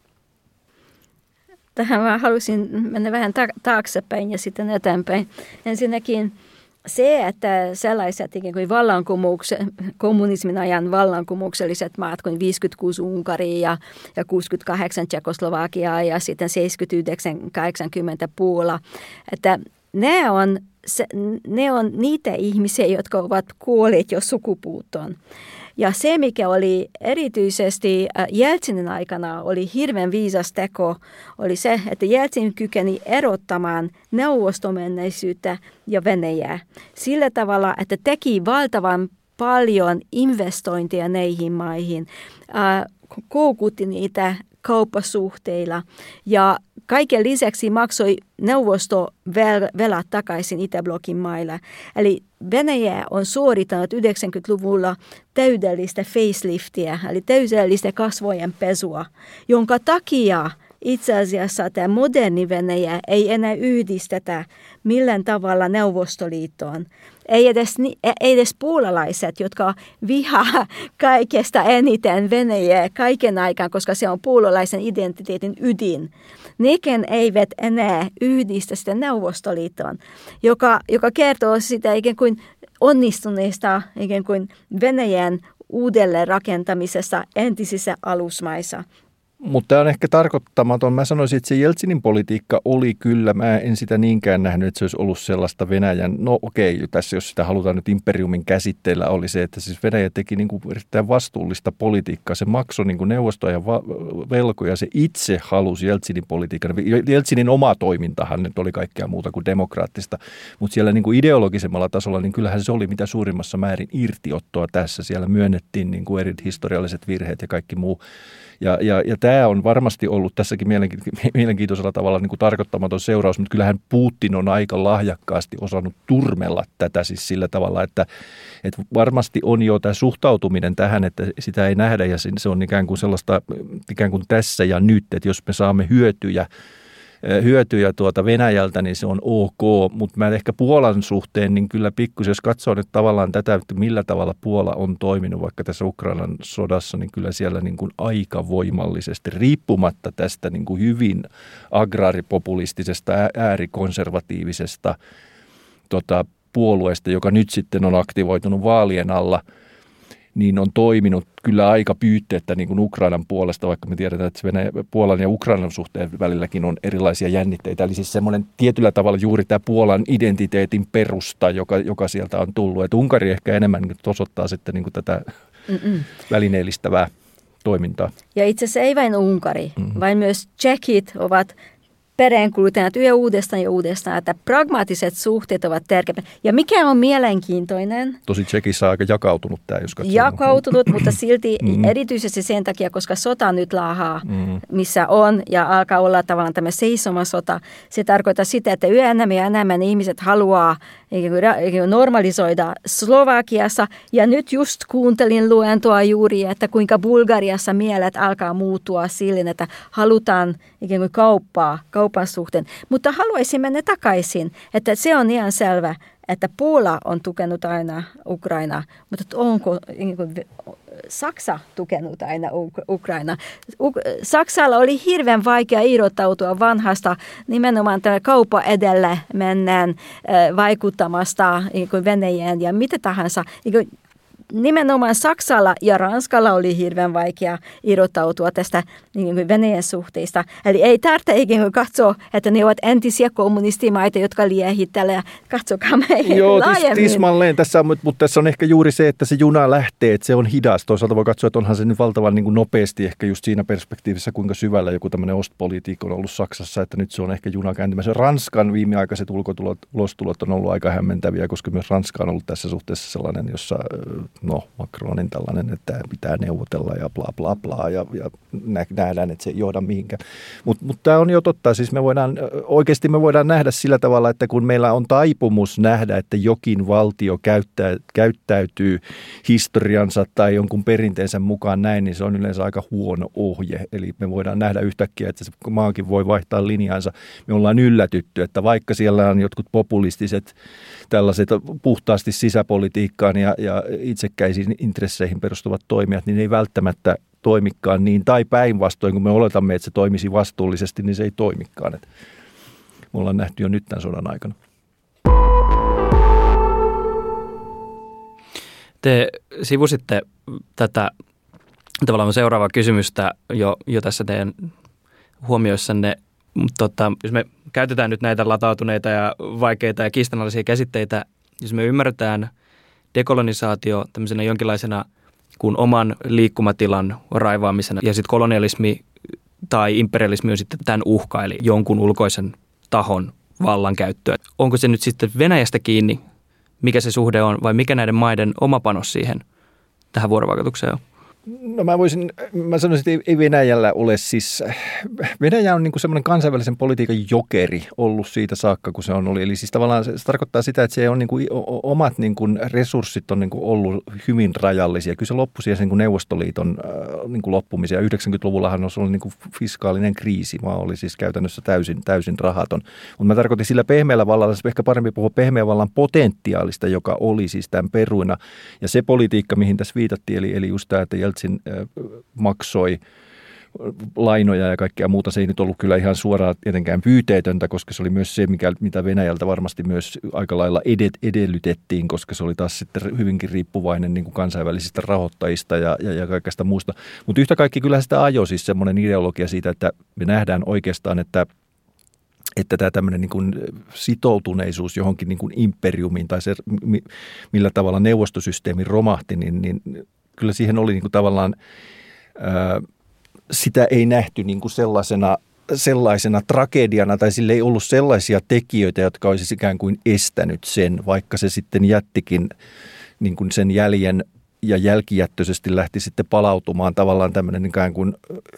Tähän mä halusin mennä vähän taaksepäin ja sitten eteenpäin. Ensinnäkin se, että sellaiset ikään kuin kommunismin ajan vallankumoukselliset maat kuin 56 Unkaria ja 68 Tšekoslovakia ja sitten 79-80 Puola, että ne on niitä ihmisiä, jotka ovat kuolleet jo sukupuuttoon. Ja se, mikä oli erityisesti Jeltsinin aikana, oli hirveän viisas teko, oli se, että Jeltsin kykeni erottamaan neuvostomenneisyyttä ja Venäjää sillä tavalla, että teki valtavan paljon investointeja näihin maihin, koukutti niitä kauppasuhteilla ja kaiken lisäksi maksoi neuvostovelat takaisin Itäblokin mailla. Eli Venäjä on suorittanut 90-luvulla täydellistä faceliftiä, eli täydellistä kasvojen pesua, jonka takia itse asiassa tämä moderni Venäjä ei enää yhdistetä millään tavalla Neuvostoliittoon. Ei edes puolalaiset, jotka vihaa kaikesta eniten Venäjää kaiken aikaan, koska se on puolalaisen identiteetin ydin. Nekään eivät enää yhdistä sitä Neuvostoliittoon, joka kertoo sitä ikään kuin onnistuneesta ikään kuin Venäjän uudelleen rakentamisesta entisissä alusmaissa. Mutta tämä on ehkä tarkoittamaton. Mä sanoisin, että se Jeltsinin politiikka oli kyllä, mä en sitä niinkään nähnyt, että se olisi ollut sellaista Venäjän, no okei, tässä jos sitä halutaan nyt imperiumin käsitteellä, oli se, että siis Venäjä teki niin kuin erittäin vastuullista politiikkaa. Se maksoi niin kuin neuvostoja velkoja, se itse halusi Jeltsinin politiikan. Jeltsinin oma toimintahan nyt oli kaikkea muuta kuin demokraattista, mutta siellä niin kuin ideologisemmalla tasolla, niin kyllähän se oli mitä suurimmassa määrin irtiottoa tässä. Siellä myönnettiin niin kuin eri historialliset virheet ja kaikki muu. Ja tämä on varmasti ollut tässäkin mielenkiintoisella tavalla niin kuin tarkoittamaton seuraus, mutta kyllähän Putin on aika lahjakkaasti osannut turmella tätä siis sillä tavalla, että varmasti on jo tämä suhtautuminen tähän, että sitä ei nähdä ja se on ikään kuin sellaista ikään kuin tässä ja nyt, että jos me saamme hyötyjä Venäjältä, niin se on ok, mutta mä ehkä Puolan suhteen, niin kyllä pikkusen, jos katsoo nyt tavallaan tätä, että millä tavalla Puola on toiminut vaikka tässä Ukrainan sodassa, niin kyllä siellä niin kuin aika voimallisesti, riippumatta tästä niin kuin hyvin agraaripopulistisesta, äärikonservatiivisesta puolueesta, joka nyt sitten on aktivoitunut vaalien alla, niin on toiminut kyllä aika pyytteettä niin kuin Ukrainan puolesta, vaikka me tiedetään, että Puolan ja Ukrainan suhteen välilläkin on erilaisia jännitteitä. Eli siis semmoinen tietyllä tavalla juuri tämä Puolan identiteetin perusta, joka sieltä on tullut. Että Unkari ehkä enemmän osoittaa sitten niin kuin tätä välineellistävää toimintaa. Ja itse asiassa ei vain Unkari, vaan myös tšekit ovat peräänkuuluttaneet yhä uudestaan ja uudestaan, että pragmaattiset suhteet ovat tärkeitä. Ja mikä on mielenkiintoinen? Tosi Tšekissä on aika jakautunut tämä, jos katsoo. Jakautunut, mutta silti erityisesti sen takia, koska sota nyt laahaa, missä on, ja alkaa olla tavallaan tämä seisomasota. Se tarkoittaa sitä, että yhä enemmän ja enemmän ihmiset haluaa normalisoida Slovakiassa. Ja nyt just kuuntelin luentoa juuri, että kuinka Bulgariassa mielet alkaa muuttua silleen, että halutaan ikään kuin kaupan suhteen. Mutta haluaisin mennä takaisin, että se on ihan selvä, että Puola on tukenut aina Ukraina, mutta onko Saksa tukenut aina Ukraina? Saksalla oli hirveän vaikea irrottautua vanhasta nimenomaan kauppa edelle mennään vaikuttamasta Venäjään ja mitä tahansa. Nimenomaan Saksalla ja Ranskalla oli hirveän vaikea irrottautua tästä Venäjän suhteista. Eli ei tarvitse katsoa, että ne ovat entisiä kommunistimaita, jotka liehittelevät. Katsokaa meihin laajemmin. Joo, tismalleen tässä on, mutta tässä on ehkä juuri se, että se juna lähtee, että se on hidas. Toisaalta voi katsoa, että onhan se nyt valtavan niin kuin nopeasti ehkä just siinä perspektiivissä, kuinka syvällä joku tämmöinen ostpolitiikka on ollut Saksassa, että nyt se on ehkä juna kääntymässä. Ranskan viimeaikaiset ulostulot on ollut aika hämmentäviä, koska myös Ranska on ollut tässä suhteessa sellainen, jossa Macronin tällainen, että pitää neuvotella ja bla bla bla ja nähdään, että se ei johda mihinkään. Mutta tämä on jo totta. Siis me voidaan nähdä sillä tavalla, että kun meillä on taipumus nähdä, että jokin valtio käyttäytyy historiansa tai jonkun perinteensä mukaan näin, niin se on yleensä aika huono ohje. Eli me voidaan nähdä yhtäkkiä, että se maakin voi vaihtaa linjansa. Me ollaan yllätytty, että vaikka siellä on jotkut populistiset tällaiset puhtaasti sisäpolitiikkaan ja itsekkäisiin intresseihin perustuvat toimijat, niin ne ei välttämättä toimikaan niin, tai päinvastoin, kun me oletamme, että se toimisi vastuullisesti, niin se ei toimikaan. Et me ollaan nähty jo nyt tämän sodan aikana. Te sivusitte tätä tavallaan seuraavaa kysymystä jo tässä teidän huomioissanne. Jos me käytetään nyt näitä latautuneita ja vaikeita ja kiistanalaisia käsitteitä, jos me ymmärretään dekolonisaatio tämmöisenä jonkinlaisena kuin oman liikkumatilan raivaamisena ja sitten kolonialismi tai imperialismi on sitten tämän uhka, eli jonkun ulkoisen tahon vallankäyttöä. Onko se nyt sitten Venäjästä kiinni, mikä se suhde on vai mikä näiden maiden oma panos siihen tähän vuorovaikutukseen on? No mä sanoisin, että ei Venäjällä ole siis, Venäjä on niin kuin semmoinen kansainvälisen politiikan jokeri ollut siitä saakka, kun se on ollut. Eli siis tavallaan se tarkoittaa sitä, että se on niin kuin, omat niin kuin resurssit on niin kuin ollut hyvin rajallisia. Kyllä se loppui siihen niin kuin Neuvostoliiton niin kuin loppumiseen. 90-luvullahan olisi ollut niin kuin fiskaalinen kriisi, vaan oli siis käytännössä täysin rahaton. Mutta mä tarkoitin sillä pehmeällä vallalla, ehkä parempi puhua pehmeän vallan potentiaalista, joka oli siis tämän peruina. Ja se politiikka, mihin tässä viitattiin, eli just tämä, että Jeltsin maksoi lainoja ja kaikkea muuta. Se ei nyt ollut kyllä ihan suoraan tietenkään pyyteetöntä, koska se oli myös se, mitä Venäjältä varmasti myös aika lailla edellytettiin, koska se oli taas sitten hyvinkin riippuvainen niin kuin kansainvälisistä rahoittajista ja kaikesta muusta. Mutta yhtä kaikki kyllähän sitä ajoi siis semmoinen ideologia siitä, että me nähdään oikeastaan, että tämä tämmöinen niin kuin sitoutuneisuus johonkin niin kuin imperiumiin tai se, millä tavalla neuvostosysteemi romahti, niin kyllä siihen oli niin kuin tavallaan, sitä ei nähty niin kuin sellaisena tragediana tai sille ei ollut sellaisia tekijöitä, jotka olisi ikään kuin estänyt sen, vaikka se sitten jättikin niin kuin sen jäljen ja jälkijättöisesti lähti sitten palautumaan tavallaan tämmöinen ikään kuin,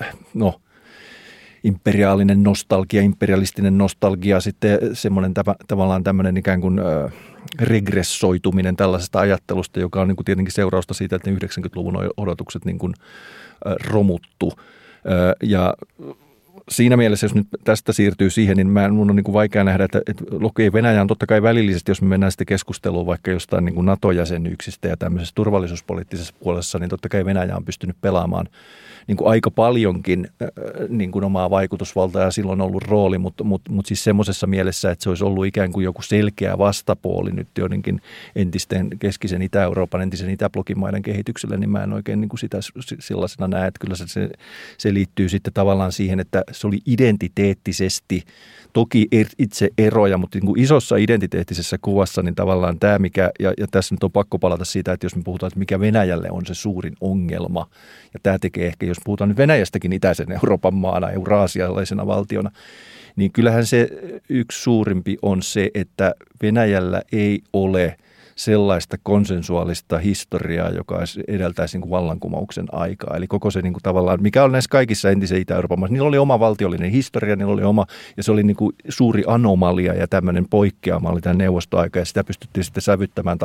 imperiaalinen nostalgia, imperialistinen nostalgia, sitten semmoinen tavallaan tämmöinen ikään kuin regressoituminen tällaisesta ajattelusta, joka on niin kuin tietenkin seurausta siitä, että ne 90-luvun odotukset niin kuin romuttu. Ja siinä mielessä, jos nyt tästä siirtyy siihen, niin mun on niin kuin vaikea nähdä, että Venäjä on totta kai välillisesti, jos me mennään sitten keskusteluun vaikka jostain niin kuin NATO-jäsenyyksistä ja tämmöisessä turvallisuuspoliittisessa puolessa, niin totta kai Venäjä on pystynyt pelaamaan niin kuin aika paljonkin niin kuin omaa vaikutusvaltaa ja silloin on ollut rooli, mutta siis semmoisessa mielessä, että se olisi ollut ikään kuin joku selkeä vastapuoli nyt joidenkin entisten keskisen Itä-Euroopan, entisen Itäblokin maiden kehitykselle, niin mä en oikein niin kuin sitä sellaisena näe, että kyllä se liittyy sitten tavallaan siihen, että se oli identiteettisesti toki itse eroja, mutta niin kuin isossa identiteettisessä kuvassa niin tavallaan tämä, mikä, ja tässä nyt on pakko palata siitä, että jos me puhutaan, että mikä Venäjälle on se suurin ongelma, ja tämä tekee ehkä, jos puhutaan nyt Venäjästäkin itäisen Euroopan maana, euraasialaisena valtiona, niin kyllähän se yksi suurimpi on se, että Venäjällä ei ole sellaista konsensuaalista historiaa, joka edeltäisi niin kuin vallankumouksen aikaa. Eli koko se niin kuin tavallaan, mikä on näissä kaikissa entisen Itä-Euroopan maissa, niillä oli oma valtiollinen historia, niillä oli oma, ja se oli niin kuin suuri anomalia ja tämmöinen poikkeama oli tämä neuvostoaika, ja sitä pystyttiin sitten sävyttämään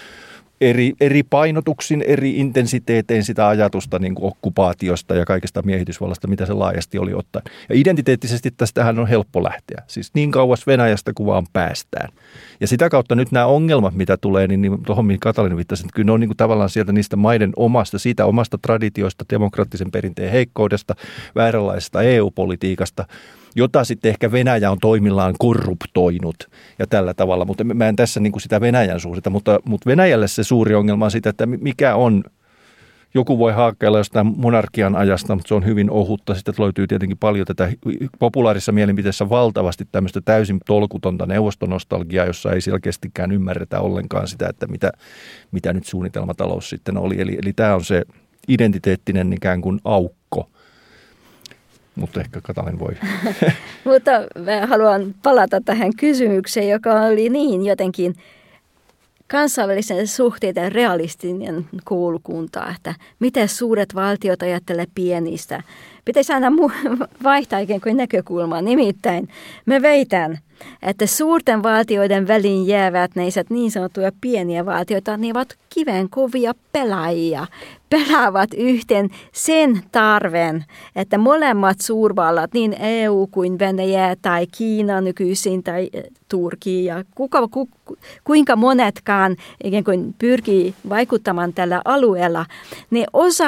eri painotuksin, eri intensiteetein sitä ajatusta niin kuin okkupaatiosta ja kaikesta miehitysvallasta, mitä se laajasti oli ottaen. Ja identiteettisesti tästähän on helppo lähteä. Siis niin kauas Venäjästä kuin vaan päästään. Ja sitä kautta nyt nämä ongelmat, mitä tulee, niin tuohon mihin Katalin viittasi, että kyllä ne on niin kuin tavallaan sieltä niistä maiden omasta traditioista, demokraattisen perinteen heikkoudesta, vääränlaisesta EU-politiikasta, jota sitten ehkä Venäjä on toimillaan korruptoinut ja tällä tavalla, mutta mä en tässä niin kuin sitä Venäjän suhdetta, mutta Venäjälle se suuri ongelma on sitä, että mikä on, joku voi haakkeilla jostain monarkian ajasta, mutta se on hyvin ohutta. Sitten löytyy tietenkin paljon tätä populaarissa mielipiteessä valtavasti tämmöistä täysin tolkutonta neuvostonostalgiaa, jossa ei selkeästikään ymmärretä ollenkaan sitä, että mitä nyt suunnitelmatalous sitten oli. Eli tämä on se identiteettinen ikään kuin aukko. Mutta ehkä Katalin voi. Mutta mä haluan palata tähän kysymykseen, joka oli niin jotenkin kansainvälisen suhteiden realistinen koulukunta, että miten suuret valtiot ajattelee pienistä. Pitäisi aina vaihtaa ikään kuin näkökulmaa. Nimittäin mä väitän, että suurten valtioiden väliin jäävät näiset niin sanottuja pieniä valtioita, ne ovat kivenkovia pelaajia. Pelaavat yhteen sen tarven, että molemmat suurvallat, niin EU kuin Venäjä tai Kiina nykyisin tai Turkki ja kuinka monetkaan ikään kuin pyrkii vaikuttamaan tällä alueella, ne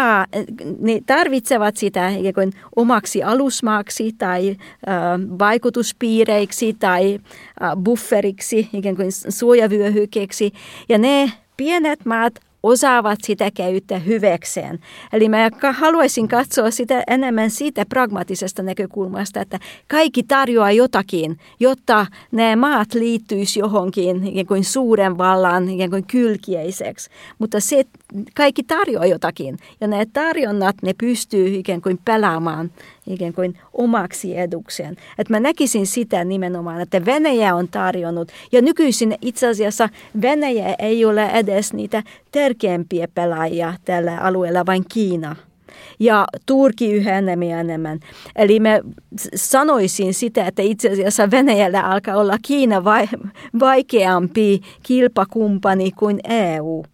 tarvitsevat sitä ikään kuin omaksi alusmaaksi tai vaikutuspiireiksi tai bufferiksi, ikään kuin suojavyöhykkeeksi. Ja ne pienet maat osaavat sitä käyttää hyväkseen. Eli mä haluaisin katsoa sitä enemmän siitä pragmaattisesta näkökulmasta, että kaikki tarjoaa jotakin, jotta nämä maat liittyisi johonkin ikään kuin suuren vallan ikään kuin kylkiäiseksi. Mutta se kaikki tarjoaa jotakin ja nämä tarjonnat ne pystyy ikään kuin pelaamaan ikään kuin omaksi edukseen. Että mä näkisin sitä nimenomaan, että Venäjä on tarjonnut ja nykyisin itse asiassa Venäjä ei ole edes niitä tärkeimpiä pelaajia tällä alueella, vain Kiina. Ja Turkki yhä enemmän. Eli mä sanoisin sitä, että itse asiassa Venäjällä alkaa olla Kiina vaikeampi kilpakumppani kuin EU.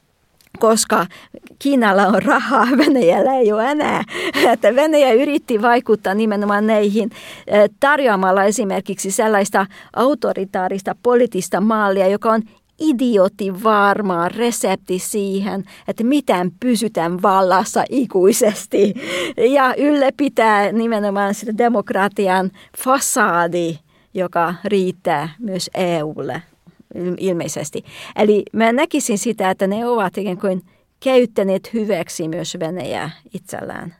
Koska Kiinalla on rahaa, Venäjällä ei ole enää. Että Venäjä yritti vaikuttaa nimenomaan näihin tarjoamalla esimerkiksi sellaista autoritaarista poliittista mallia, joka on idioottivarma resepti siihen, että miten pysytään vallassa ikuisesti ja ylläpitää nimenomaan sitä demokratian fasadi, joka riittää myös EUlle. Ilmeisesti. Eli mä näkisin sitä, että ne ovat ikään kuin käyttäneet hyväksi myös Venäjää itsellään.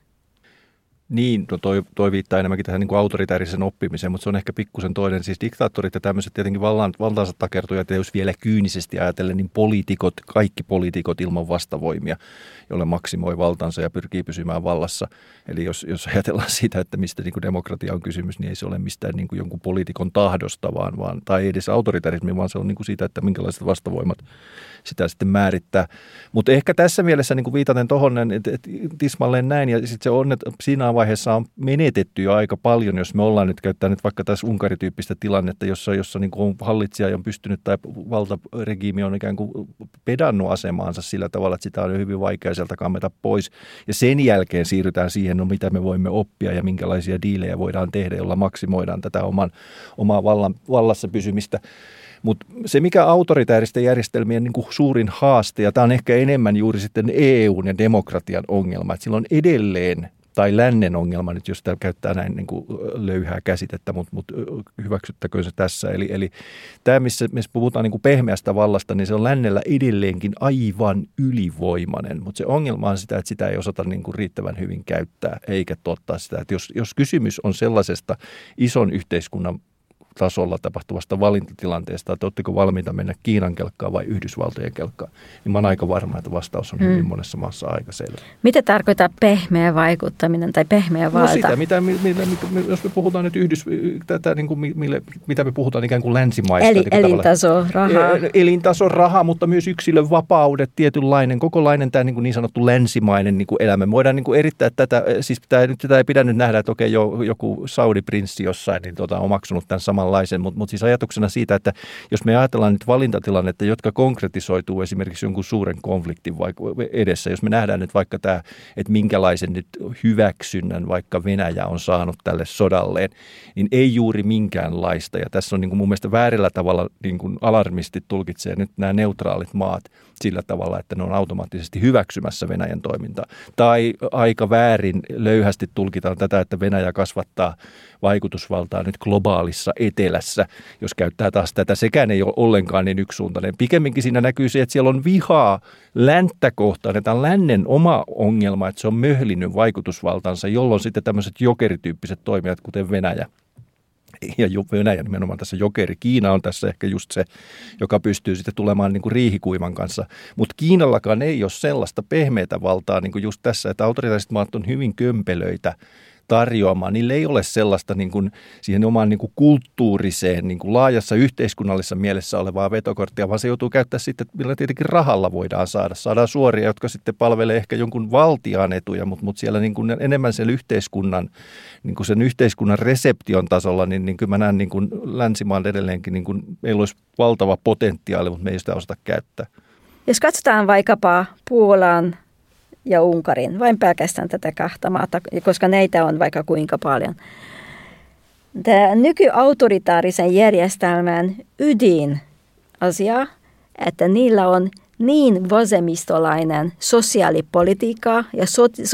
Niin, no toi viittaa enemmänkin tähän niin kuin autoritäärisen oppimiseen, mutta se on ehkä pikkusen toinen. Siis diktaattorit ja tämmöiset tietenkin valtaansa takertujat, ja jos vielä kyynisesti ajatellen, niin kaikki poliitikot ilman vastavoimia, jolle maksimoi valtansa ja pyrkii pysymään vallassa. Eli jos ajatellaan sitä, että mistä niin kuin demokratia on kysymys, niin ei se ole mistään niin kuin jonkun poliitikon tahdosta, vaan tai ei edes autoritarismi, vaan se on niin kuin siitä, että minkälaiset vastavoimat sitä sitten määrittää. Mutta ehkä tässä mielessä niin kuin viitaten tuohon, että tismalleen näin, ja sitten se on, että siinä vaiheessa on menetetty jo aika paljon, jos me ollaan nyt käyttää nyt vaikka tässä Unkari-tyyppistä tilannetta, jossa niin kuin hallitsija on pystynyt tai valtaregiimi on ikään kuin pedannut asemaansa sillä tavalla, että sitä on hyvin vaikea sieltä kammeta pois. Ja sen jälkeen siirrytään siihen, no mitä me voimme oppia ja minkälaisia diilejä voidaan tehdä, jolla maksimoidaan tätä omaa vallassa pysymistä. Mutta se, mikä autoritääristen järjestelmien niin kuin suurin haaste, ja tämä on ehkä enemmän juuri sitten EUn ja demokratian ongelma, että sillä on edelleen, tai lännen ongelma nyt, jos tämä käyttää näin niin kuin löyhää käsitettä, mutta hyväksyttäkö se tässä. Eli tämä, missä puhutaan niin kuin pehmeästä vallasta, niin se on lännellä edelleenkin aivan ylivoimainen, mutta se ongelma on sitä, että sitä ei osata niin kuin riittävän hyvin käyttää, eikä tuottaa sitä. Että jos kysymys on sellaisesta ison yhteiskunnan tasolla tapahtuvasta valintatilanteesta, että oletteko valmiita mennä Kiinan kelkkaan vai Yhdysvaltojen kelkkaan, niin mä oon aika varma, että vastaus on hyvin monessa maassa aika selvä. Mitä tarkoittaa pehmeä vaikuttaminen tai pehmeä valta? No sitä, jos me puhutaan nyt tätä, niin kuin, mitä me puhutaan ikään kuin länsimaista. Eli elintaso, rahaa. Elintaso, raha, mutta myös yksilön vapaudet, tietynlainen, kokolainen tämä niin sanottu länsimainen niin kuin elämä. Me voidaan niin kuin erittää tätä, siis tätä ei pidä nyt nähdä, että okei, joku Saudi-prinssi jossain niin on omaksunut tämän samanlaisen, mutta siis ajatuksena siitä, että jos me ajatellaan nyt valintatilannetta, jotka konkretisoituu esimerkiksi jonkun suuren konfliktin edessä, jos me nähdään nyt vaikka tämä, että minkälaisen nyt hyväksynnän vaikka Venäjä on saanut tälle sodalleen, niin ei juuri minkäänlaista. Ja tässä on niin kuin mun mielestä väärällä tavalla niin kuin alarmistit tulkitsee nyt nämä neutraalit maat sillä tavalla, että ne on automaattisesti hyväksymässä Venäjän toimintaa. Tai aika väärin löyhästi tulkitaan tätä, että Venäjä kasvattaa vaikutusvaltaa nyt globaalissa etelässä, jos käyttää taas tätä. Sekään ei ole ollenkaan niin yksisuuntainen. Pikemminkin siinä näkyy se, että siellä on vihaa länttä kohtaan. Tämä on lännen oma ongelma, että se on möhlinyt vaikutusvaltansa, jolloin sitten tämmöiset jokerityyppiset toimijat, kuten Venäjä, ja Venäjä nimenomaan tässä jokeri. Kiina on tässä ehkä just se, joka pystyy sitten tulemaan niin kuin riihikuivan kanssa. Mutta Kiinallakaan ei ole sellaista pehmeätä valtaa niin kuin just tässä, että autoritaariset maat on hyvin kömpelöitä tarjoamaan. Niillä ei ole sellaista niin kuin siihen omaan niin kuin kulttuuriseen, niin kuin laajassa yhteiskunnallisessa mielessä olevaa vetokorttia, vaan se joutuu käyttämään sitten, millä tietenkin rahalla voidaan saada. Saadaan suoria, jotka sitten palvelee ehkä jonkun valtiaan etuja, mutta siellä niin kuin enemmän sen yhteiskunnan, niin kuin sen yhteiskunnan reseption tasolla, niin kyllä mä näen niin kuin länsimaan edelleenkin, niin kuin meillä olisi valtava potentiaali, mutta me ei sitä osata käyttää. Jos katsotaan vaikkapa Puolan ja Unkarin, vain pelkästään tätä kahta maata, koska näitä on vaikka kuinka paljon. Tämä nykyautoritaarisen järjestelmän ydinasia, että niillä on niin vasemmistolainen sosiaalipolitiikka ja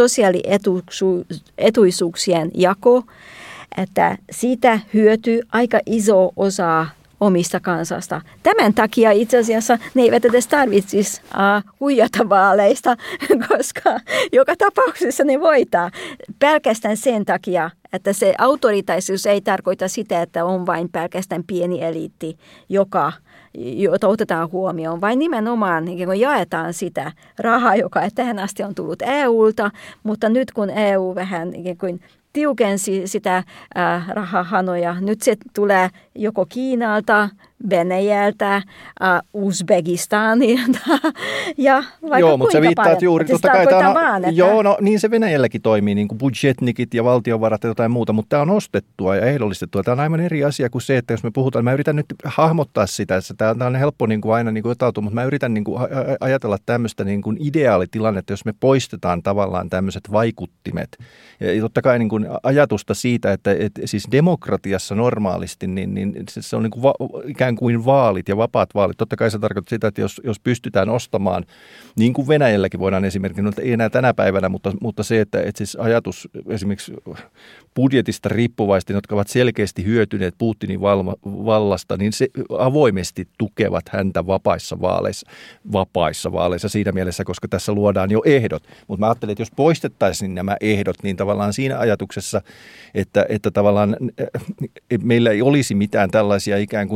sosiaalietuisuuksien jako, että siitä hyötyy aika iso osa omista kansasta. Tämän takia itse asiassa ne eivät edes tarvitsisi huijata vaaleista, koska joka tapauksessa ne voittaa. Pelkästään sen takia, että se autoritaisuus ei tarkoita sitä, että on vain pelkästään pieni eliitti, jota otetaan huomioon, vaan nimenomaan niin jaetaan sitä rahaa, joka tähän asti on tullut EUlta, mutta nyt kun EU vähän niin kuin tiukensi sitä rahahanoja. Nyt se tulee joko Kiinalta, Venäjältä, Uzbekistanilta ja vaikka joo, mutta sä viittaat juuri, totta kai joo, no niin se Venäjälläkin toimii, niin kuin budjetnikit ja valtionvarat ja jotain muuta, mutta tämä on ostettua ja ehdollistettua. Tämä on aivan eri asia kuin se, että jos me puhutaan, mä yritän nyt hahmottaa sitä, että tämä on helppo niin kuin aina niin kuin otautua, mutta mä yritän niin kuin ajatella tämmöistä niin kuin ideaalitilannetta, jos me poistetaan tavallaan tämmöiset vaikuttimet. Ja totta kai niin kuin ajatusta siitä, että siis demokratiassa normaalisti, niin se on niin kuin ikään kuin vaalit ja vapaat vaalit. Totta kai se tarkoittaa sitä, että jos pystytään ostamaan, niin kuin Venäjälläkin voidaan esimerkiksi, no ei enää tänä päivänä, mutta se, että siis ajatus esimerkiksi budjetista riippuvaisten, jotka ovat selkeästi hyötyneet Putinin vallasta, niin se avoimesti tukevat häntä vapaissa vaaleissa siinä mielessä, koska tässä luodaan jo ehdot. Mutta mä ajattelin, että jos poistettaisiin nämä ehdot, niin tavallaan siinä ajatuksessa, että tavallaan meillä ei olisi mitään tällaisia ikään kuin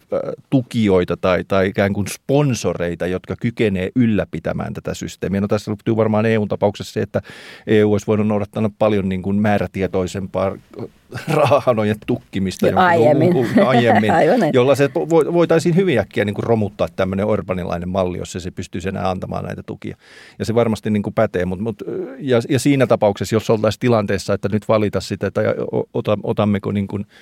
tukijoita tai ikään kuin sponsoreita, jotka kykenee ylläpitämään tätä systeemiä. No tässä liittyy varmaan EU:n-tapauksessa se, että EU olisi voinut noudattaa paljon niin kuin määrätietoisempaa rahahanojen tukkimista aiemmin, jolla se voitaisiin hyvin äkkiä niin kuin romuttaa tämmöinen orbanilainen malli, jos se pystyisi enää antamaan näitä tukia. Ja se varmasti niin kuin pätee, ja siinä tapauksessa, jos oltaisiin tilanteessa, että nyt valita sitä, että otammeko niin kuin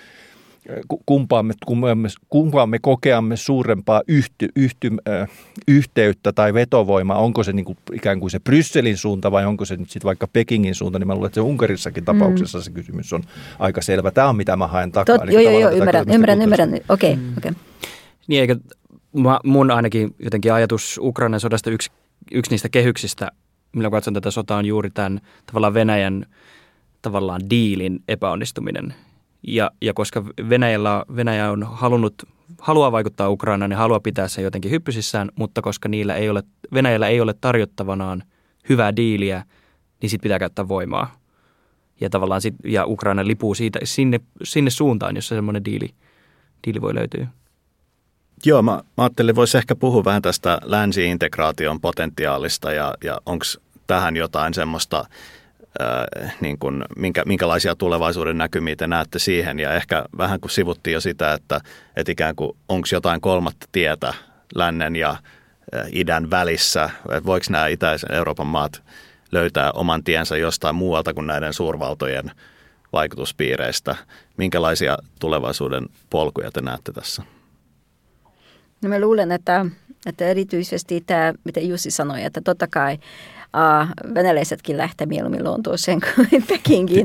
kumpaamme kokeamme suurempaa yhteyttä tai vetovoimaa, onko se niin kuin ikään kuin se Brysselin suunta vai onko se nyt sitten vaikka Pekingin suunta, niin mä luulen, että se Unkarissakin tapauksessa se kysymys on aika selvä. Tämä on mitä mä haen takaa. Joo, ymmärrän. Okei. Niin, eikä mun ainakin jotenkin ajatus Ukrainan sodasta yksi niistä kehyksistä, millä katson tätä sotaa, on juuri tämän tavallaan Venäjän diilin epäonnistuminen. Ja koska Venäjä on haluaa vaikuttaa Ukrainaan ja haluaa pitää sen jotenkin hyppysissään, mutta koska Venäjällä ei ole tarjottavanaan hyvää diiliä, niin sitten pitää käyttää voimaa. Ja tavallaan ja Ukraina lipuu siitä sinne suuntaan, jossa semmoinen diili voi löytyä. Joo, mä ajattelin, voisi ehkä puhua vähän tästä länsi-integraation potentiaalista ja onko tähän jotain semmoista, niin kuin, minkälaisia tulevaisuuden näkymiä te näette siihen, ja ehkä vähän kuin sivuttiin jo sitä, että ikään kuin onko jotain kolmatta tietä lännen ja idän välissä, että voiko nämä itäisen Euroopan maat löytää oman tiensä jostain muualta kuin näiden suurvaltojen vaikutuspiireistä. Minkälaisia tulevaisuuden polkuja te näette tässä? No mä luulen, että erityisesti tämä, mitä Jussi sanoi, että totta kai venäläisetkin lähtee mieluummin Lontooseen kuin Pekingiin.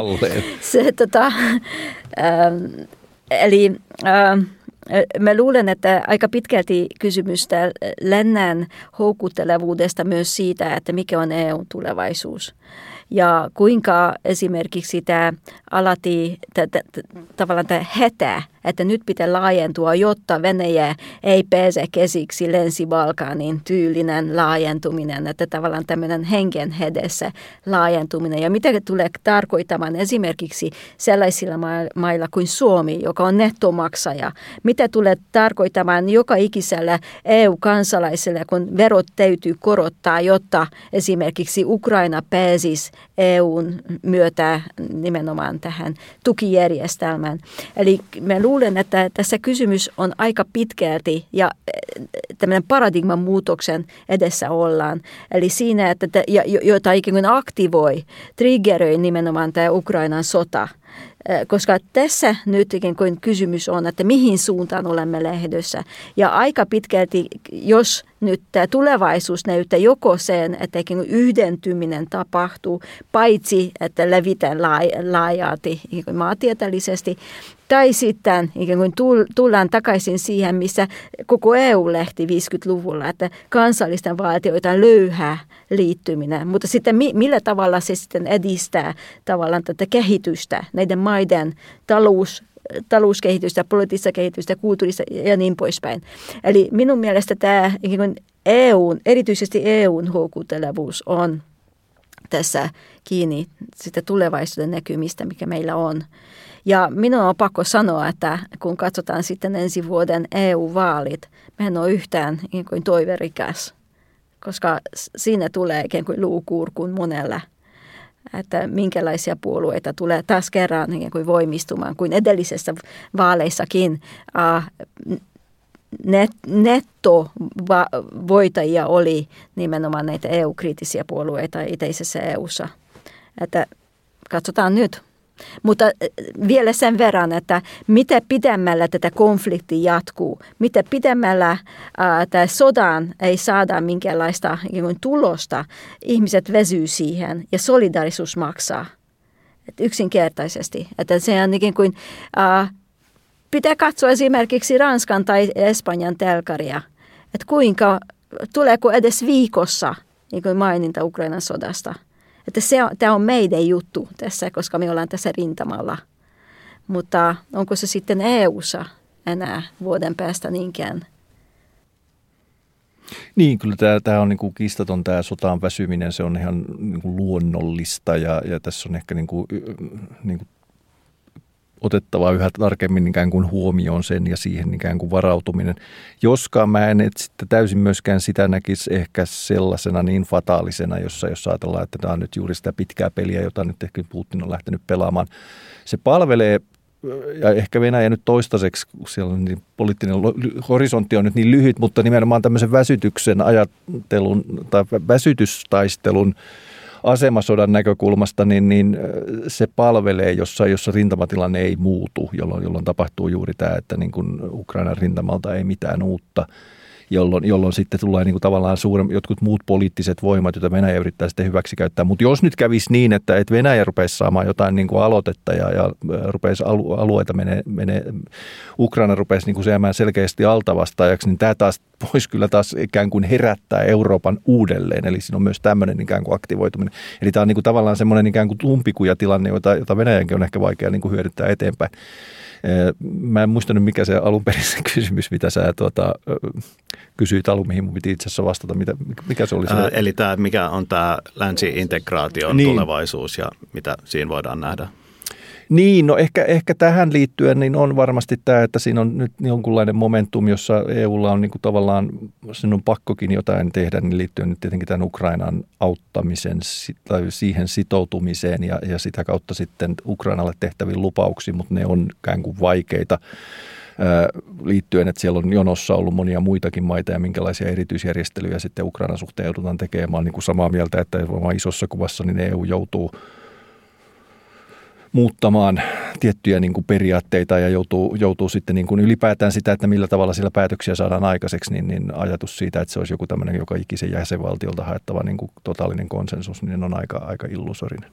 Eli mä luulen, että aika pitkälti kysymystä lännen houkuttelevuudesta myös siitä, että mikä on EUn tulevaisuus. Ja kuinka esimerkiksi tämä tavallaan tämä hätä, että nyt pitää laajentua, jotta Venäjä ei pääse käsiksi Länsi-Balkanin tyylinen laajentuminen, että tavallaan tämmöinen hengen hedessä laajentuminen. Ja mitä tulee tarkoittamaan esimerkiksi sellaisilla mailla kuin Suomi, joka on nettomaksaja, mitä tulee tarkoittamaan joka ikisellä EU-kansalaiselle, kun verot täytyy korottaa, jotta esimerkiksi Ukraina pääsisi EUn myötä nimenomaan tähän tukijärjestelmään. Eli mä luulen, että tässä kysymys on aika pitkälti ja tämmöinen paradigman muutoksen edessä ollaan. Eli siinä, että jota ikään kuin aktivoi, triggeröi nimenomaan tämä Ukrainan sota. Koska tässä nyt ikään kuin kysymys on, että mihin suuntaan olemme lähdössä. Ja aika pitkälti, jos nyt tämä tulevaisuus näyttää joko sen, että ikään kuin yhdentyminen tapahtuu, paitsi että levitään laajalti maantieteellisesti, tai sitten ikään kuin tullaan takaisin siihen, missä koko EU lähti 50-luvulla, että kansallisten valtioiden löyhä liittyminen. Mutta sitten millä tavalla se sitten edistää tavallaan tätä kehitystä, näiden maiden talouskehitystä, poliittista kehitystä, kulttuurista ja niin poispäin. Eli minun mielestä tämä ikään kuin erityisesti EUn houkuttelevuus on tässä kiinni sitä tulevaisuuden näkymistä, mikä meillä on. Ja minun on pakko sanoa, että kun katsotaan sitten ensi vuoden EU-vaalit, mehän on yhtään ikään kuin toiverikas, koska siinä tulee ikään kuin luukurkun monella, että minkälaisia puolueita tulee taas kerran ikään kuin voimistumaan, kuin edellisessä vaaleissakin nettovoittajia oli nimenomaan näitä EU-kriittisiä puolueita itäisessä EU:ssa. Että katsotaan nyt. Mutta vielä sen verran, että mitä pidemmällä tätä konflikti jatkuu, mitä pidemmällä tämä sodan ei saada minkäänlaista tulosta, ihmiset väsyy siihen ja solidaarisuus maksaa. Että yksinkertaisesti. Että se on ikään kuin, pitää katsoa esimerkiksi Ranskan tai Espanjan telkaria, että tuleeko edes viikossa niin kuin maininta Ukrainan sodasta. Että tämä on meidän juttu tässä, koska me ollaan tässä rintamalla. Mutta onko se sitten EU:ssa enää vuoden päästä niinkään? Niin, kyllä tämä on niinku kiistaton tämä sotaan väsyminen, se on ihan niinku luonnollista ja tässä on ehkä niinku otettava yhä tarkemmin ikään kuin huomioon sen ja siihen ikään kuin varautuminen. Joskaan mä en sitten täysin myöskään sitä näkisi ehkä sellaisena niin fataalisena, jos ajatellaan, että tämä on nyt juuri sitä pitkää peliä, jota nyt ehkä Putin on lähtenyt pelaamaan. Se palvelee, ja ehkä Venäjä nyt toistaiseksi, kun siellä on niin poliittinen horisontti on nyt niin lyhyt, mutta nimenomaan tämmöisen väsytyksen ajattelun tai väsytystaistelun asemasodan näkökulmasta, niin se palvelee, jossa rintamatilanne ei muutu, jolloin tapahtuu juuri tämä, että niin kuin Ukrainan rintamalta ei mitään uutta, jolloin sitten tulee niin kuin tavallaan jotkut muut poliittiset voimat, joita Venäjä yrittää sitten hyväksi käyttää. Mutta jos nyt kävisi niin, että Venäjä rupeisi saamaan jotain niin kuin aloitetta ja rupeisi alueita Ukraina rupeisi niin kuin seämään selkeästi altavastaajaksi, niin tämä taas voisi kyllä taas ikään kuin herättää Euroopan uudelleen. Eli siinä on myös tämmöinen ikään kuin aktivoituminen. Eli tämä on niin kuin tavallaan semmoinen ikään kuin umpikujatilanne, jota Venäjänkin on ehkä vaikea niin kuin hyödyntää eteenpäin. Mä en muistanut, mikä se alunperin se kysymys, mitä sä kysyit alun, mihin mun piti itse asiassa vastata. Mikä se oli? Eli mikä on tämä länsi-integraation tulevaisuus ja mitä siinä voidaan nähdä? Niin, no ehkä tähän liittyen niin on varmasti tämä, että siinä on nyt jonkunlainen momentum, jossa EUlla on niin kuin tavallaan, sen on pakkokin jotain tehdä, niin liittyen nyt tietenkin tämän Ukrainan auttamisen tai siihen sitoutumiseen ja sitä kautta sitten Ukrainalle tehtäviin lupauksiin, mutta ne on ikään kuin vaikeita liittyen, että siellä on jonossa ollut monia muitakin maita ja minkälaisia erityisjärjestelyjä sitten Ukrainan suhteen joudutaan tekemään. Mä olen niin kuin samaa mieltä, että isossa kuvassa niin EU joutuu muuttamaan tiettyjä niin kuin periaatteita ja joutuu sitten niin kuin ylipäätään sitä, että millä tavalla sillä päätöksiä saadaan aikaiseksi, niin ajatus siitä, että se olisi joku tämmöinen joka ikisen jäsenvaltiolta haettava niin kuin totaalinen konsensus, niin on aika illusorinen.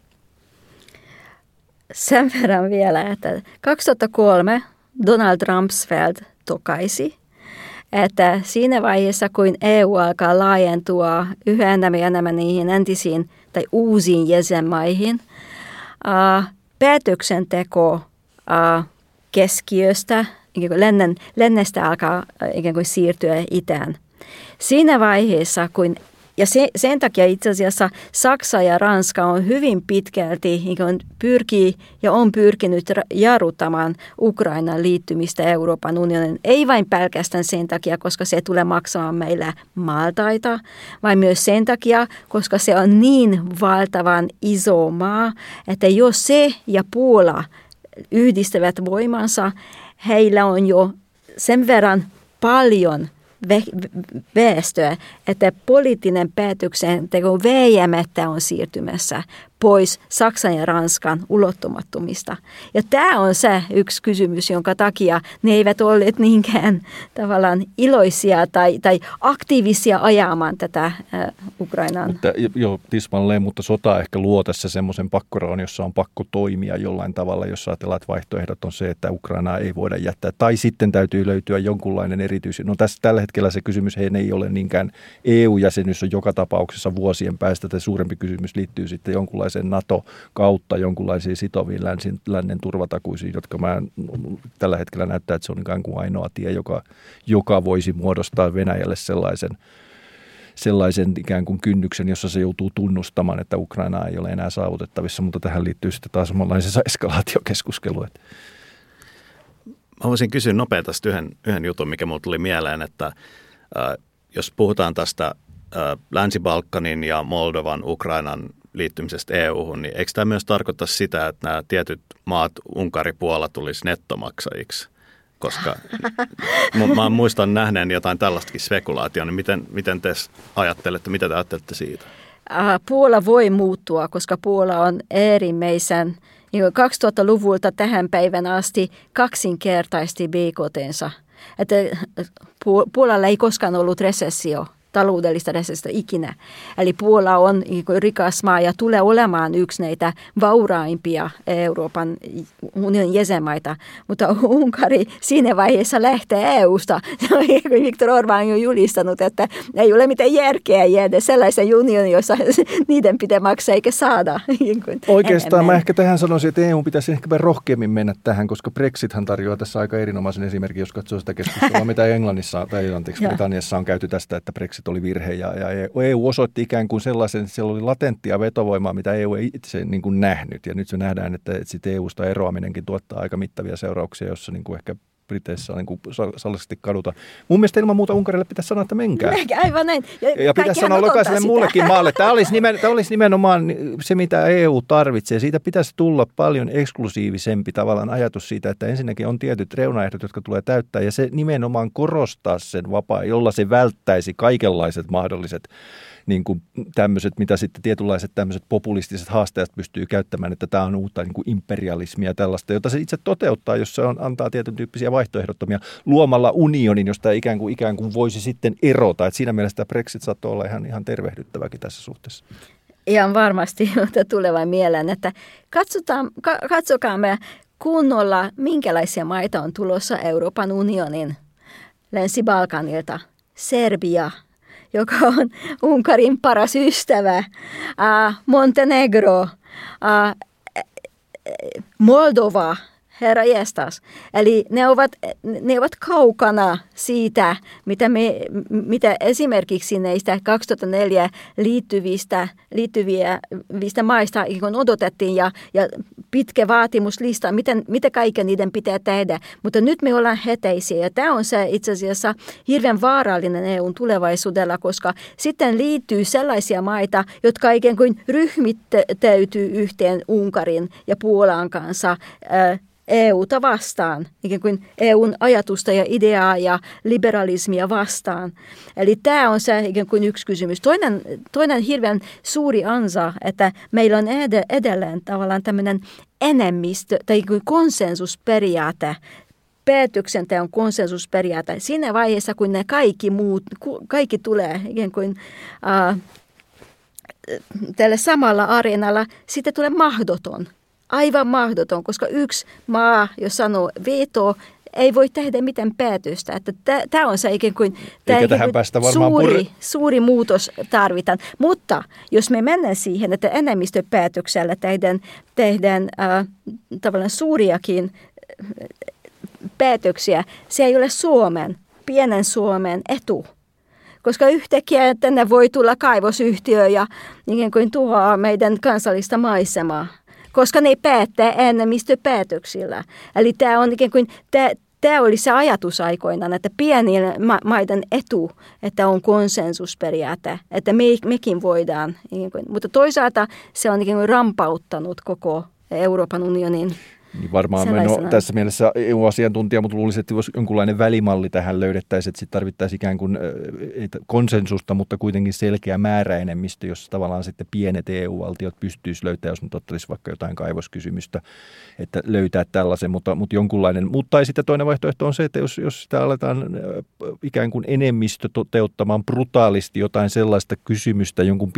Sen verran vielä, että 2003 Donald Rumsfeld tokaisi, että siinä vaiheessa, kun EU alkaa laajentua yhä enemmän niihin entisiin tai uusiin jäsenmaihin, päätöksenteko keskiöstä, lännestä alkaa ikään kuin siirtyä itään. Siinä vaiheessa, kun, ja sen takia itse asiassa Saksa ja Ranska on hyvin pitkälti pyrkii ja on pyrkinyt jarruttamaan Ukrainan liittymistä Euroopan unionin. Ei vain pelkästään sen takia, koska se tulee maksamaan meille maltaita, vaan myös sen takia, koska se on niin valtavan iso maa, että jos se ja Puola yhdistävät voimansa, heillä on jo sen verran paljon väestöä, että poliittinen päätöksenteko väijämättä on siirtymässä pois Saksan ja Ranskan ulottumattomista. Ja tämä on se yksi kysymys, jonka takia ne eivät olleet niinkään tavallaan iloisia tai aktiivisia ajamaan tätä Ukrainaan. Joo, tismalleen, mutta sota ehkä luo tässä semmoisen pakkoraon, jossa on pakko toimia jollain tavalla, jos ajatellaan, että vaihtoehdot on se, että Ukrainaa ei voida jättää. Tai sitten täytyy löytyä jonkunlainen erityis. No tässä tällä hetkellä se kysymys ei ole niinkään EU-jäsenyys on joka tapauksessa vuosien päästä. Tämä suurempi kysymys liittyy sitten jonkunlaiseen NATO-kautta jonkunlaisiin sitoviin lännen turvatakuisiin, jotka tällä hetkellä näyttää, että se on ikään kuin ainoa tie, joka voisi muodostaa Venäjälle sellaisen ikään kuin kynnyksen, jossa se joutuu tunnustamaan, että Ukraina ei ole enää saavutettavissa, mutta tähän liittyy sitten taas samanlaisessa eskalaatiokeskusteluun. Mä voisin kysyä nopeasti yhden jutun, mikä mulle tuli mieleen, että jos puhutaan tästä Länsi-Balkanin ja Moldovan, Ukrainan liittymisestä EU-hun, niin eikö tämä myös tarkoita sitä, että nämä tietyt maat, Unkari, Puola, tulisi nettomaksajiksi? Koska mä muistan nähneen jotain tällaistakin spekulaatiota, niin miten te ajattelette, mitä te ajattelette siitä? Puola voi muuttua, koska Puola on äärimmäisen 2000-luvulta tähän päivän asti kaksinkertaisti BKT:nsa. Että Puolalla ei koskaan ollut resessio, taloudellista resessiota ikinä. Eli Puola on rikas maa ja tulee olemaan yksi näitä vauraimpia Euroopan unionin jäsenmaita. Mutta Unkari siinä vaiheessa lähtee EUsta. Viktor Orbán on jo julistanut, että ei ole mitään järkeä jäädä sellaisen unionin, jossa niiden pitää maksaa eikä saada. Oikeastaan mä ehkä tähän sanoisin, että EU pitäisi ehkä rohkeammin mennä tähän, koska Brexithän tarjoaa tässä aika erinomaisen esimerkin, jos katsoo sitä keskustelua, mitä Englannissa tai Britanniassa on käyty tästä, että Brexit leikkaukset oli virhe ja EU osoitti ikään kuin sellaisen, että siellä oli latenttia vetovoimaa, mitä EU ei itse niin kuin nähnyt. Ja nyt se nähdään, että sitten EUsta eroaminenkin tuottaa aika mittavia seurauksia, jossa niin kuin ehkä Briteissä on niin salliisesti kaduta. Mun mielestä ilman muuta Unkarille pitäisi sanoa, että menkää. Aivan näin. Ja pitäisi sanoa jokaiselle muullekin maalle. Tämä olisi nimenomaan se, mitä EU tarvitsee. Siitä pitäisi tulla paljon eksklusiivisempi tavallaan ajatus siitä, että ensinnäkin on tietyt reunaehdot, jotka tulee täyttää. Ja se nimenomaan korostaa sen vapaa, jolla se välttäisi kaikenlaiset mahdolliset niin kuin tämmöiset, mitä sitten tietynlaiset tämmöiset populistiset haasteet pystyy käyttämään, että tämä on uutta niin kuin imperialismia tällaista, jota se itse toteuttaa, jos se antaa tietyn tyyppisiä vaihtoehdottomia luomalla unionin, josta ikään kuin voisi sitten erota. Et siinä mielessä tämä Brexit saattoi olla ihan tervehdyttäväkin tässä suhteessa. Ihan varmasti, mutta tulee mieleen, että katsokaamme kunnolla, minkälaisia maita on tulossa Euroopan unionin Länsi-Balkanilta. Serbia, joka on Unkarin paras ystävä, Montenegro, Moldova, herra jestas. Eli ne ovat kaukana siitä, mitä esimerkiksi näistä 2004 liittyvistä maista odotettiin ja pitkä vaatimuslista, mitä kaiken niiden pitää tehdä. Mutta nyt me ollaan heteisiä ja tämä on se itse asiassa hirveän vaarallinen EUn tulevaisuudella, koska sitten liittyy sellaisia maita, jotka ikään kuin ryhmittäytyy yhteen Unkarin ja Puolan kanssa EUta vastaan, ikään kuin EUn ajatusta ja ideaa ja liberalismia vastaan. Eli tämä on se ikään kuin yksi kysymys. Toinen hirveän suuri ansa, että meillä on edelleen tavallaan tämmöinen enemmistö tai konsensusperiaate, päätöksenteon konsensusperiaate. Siinä vaiheessa, kun ne kaikki tulee ikään kuin tällä samalla areenalla, sitten tulee mahdoton. Aivan mahdoton, koska yksi maa, jos sanoo veto, ei voi tehdä mitään päätöstä. Tämä on se ikään kuin suuri muutos tarvitaan. Mutta jos me mennään siihen, että enemmistöpäätöksellä tehdään tavallaan suuriakin päätöksiä, se ei ole pienen Suomen etu. Koska yhtäkkiä tänne voi tulla kaivosyhtiö ja ikään kuin tuhoaa meidän kansallista maisemaa. Koska ne päättää enemmistöpäätöksillä. Eli tämä on ikään kuin, tämä oli se ajatus aikoinaan, että pienien maiden etu, että on konsensusperiaate, että mekin voidaan. Mutta toisaalta se on ikään kuin rampauttanut koko Euroopan unionin. Niin varmaan tässä mielessä EU-asiantuntija, mutta luulisin, että jos jonkunlainen välimalli tähän löydettäisiin, että sitten tarvittaisiin ikään kuin konsensusta, mutta kuitenkin selkeä määräenemmistö, jossa tavallaan sitten pienet EU-valtiot pystyisivät löytämään, jos nyt ottaisiin vaikka jotain kaivoskysymystä, että löytää tällaisen, mutta jonkunlainen. Mutta sitten toinen vaihtoehto on se, että jos sitä aletaan ikään kuin enemmistö toteuttamaan brutaalisti jotain sellaista kysymystä jonkun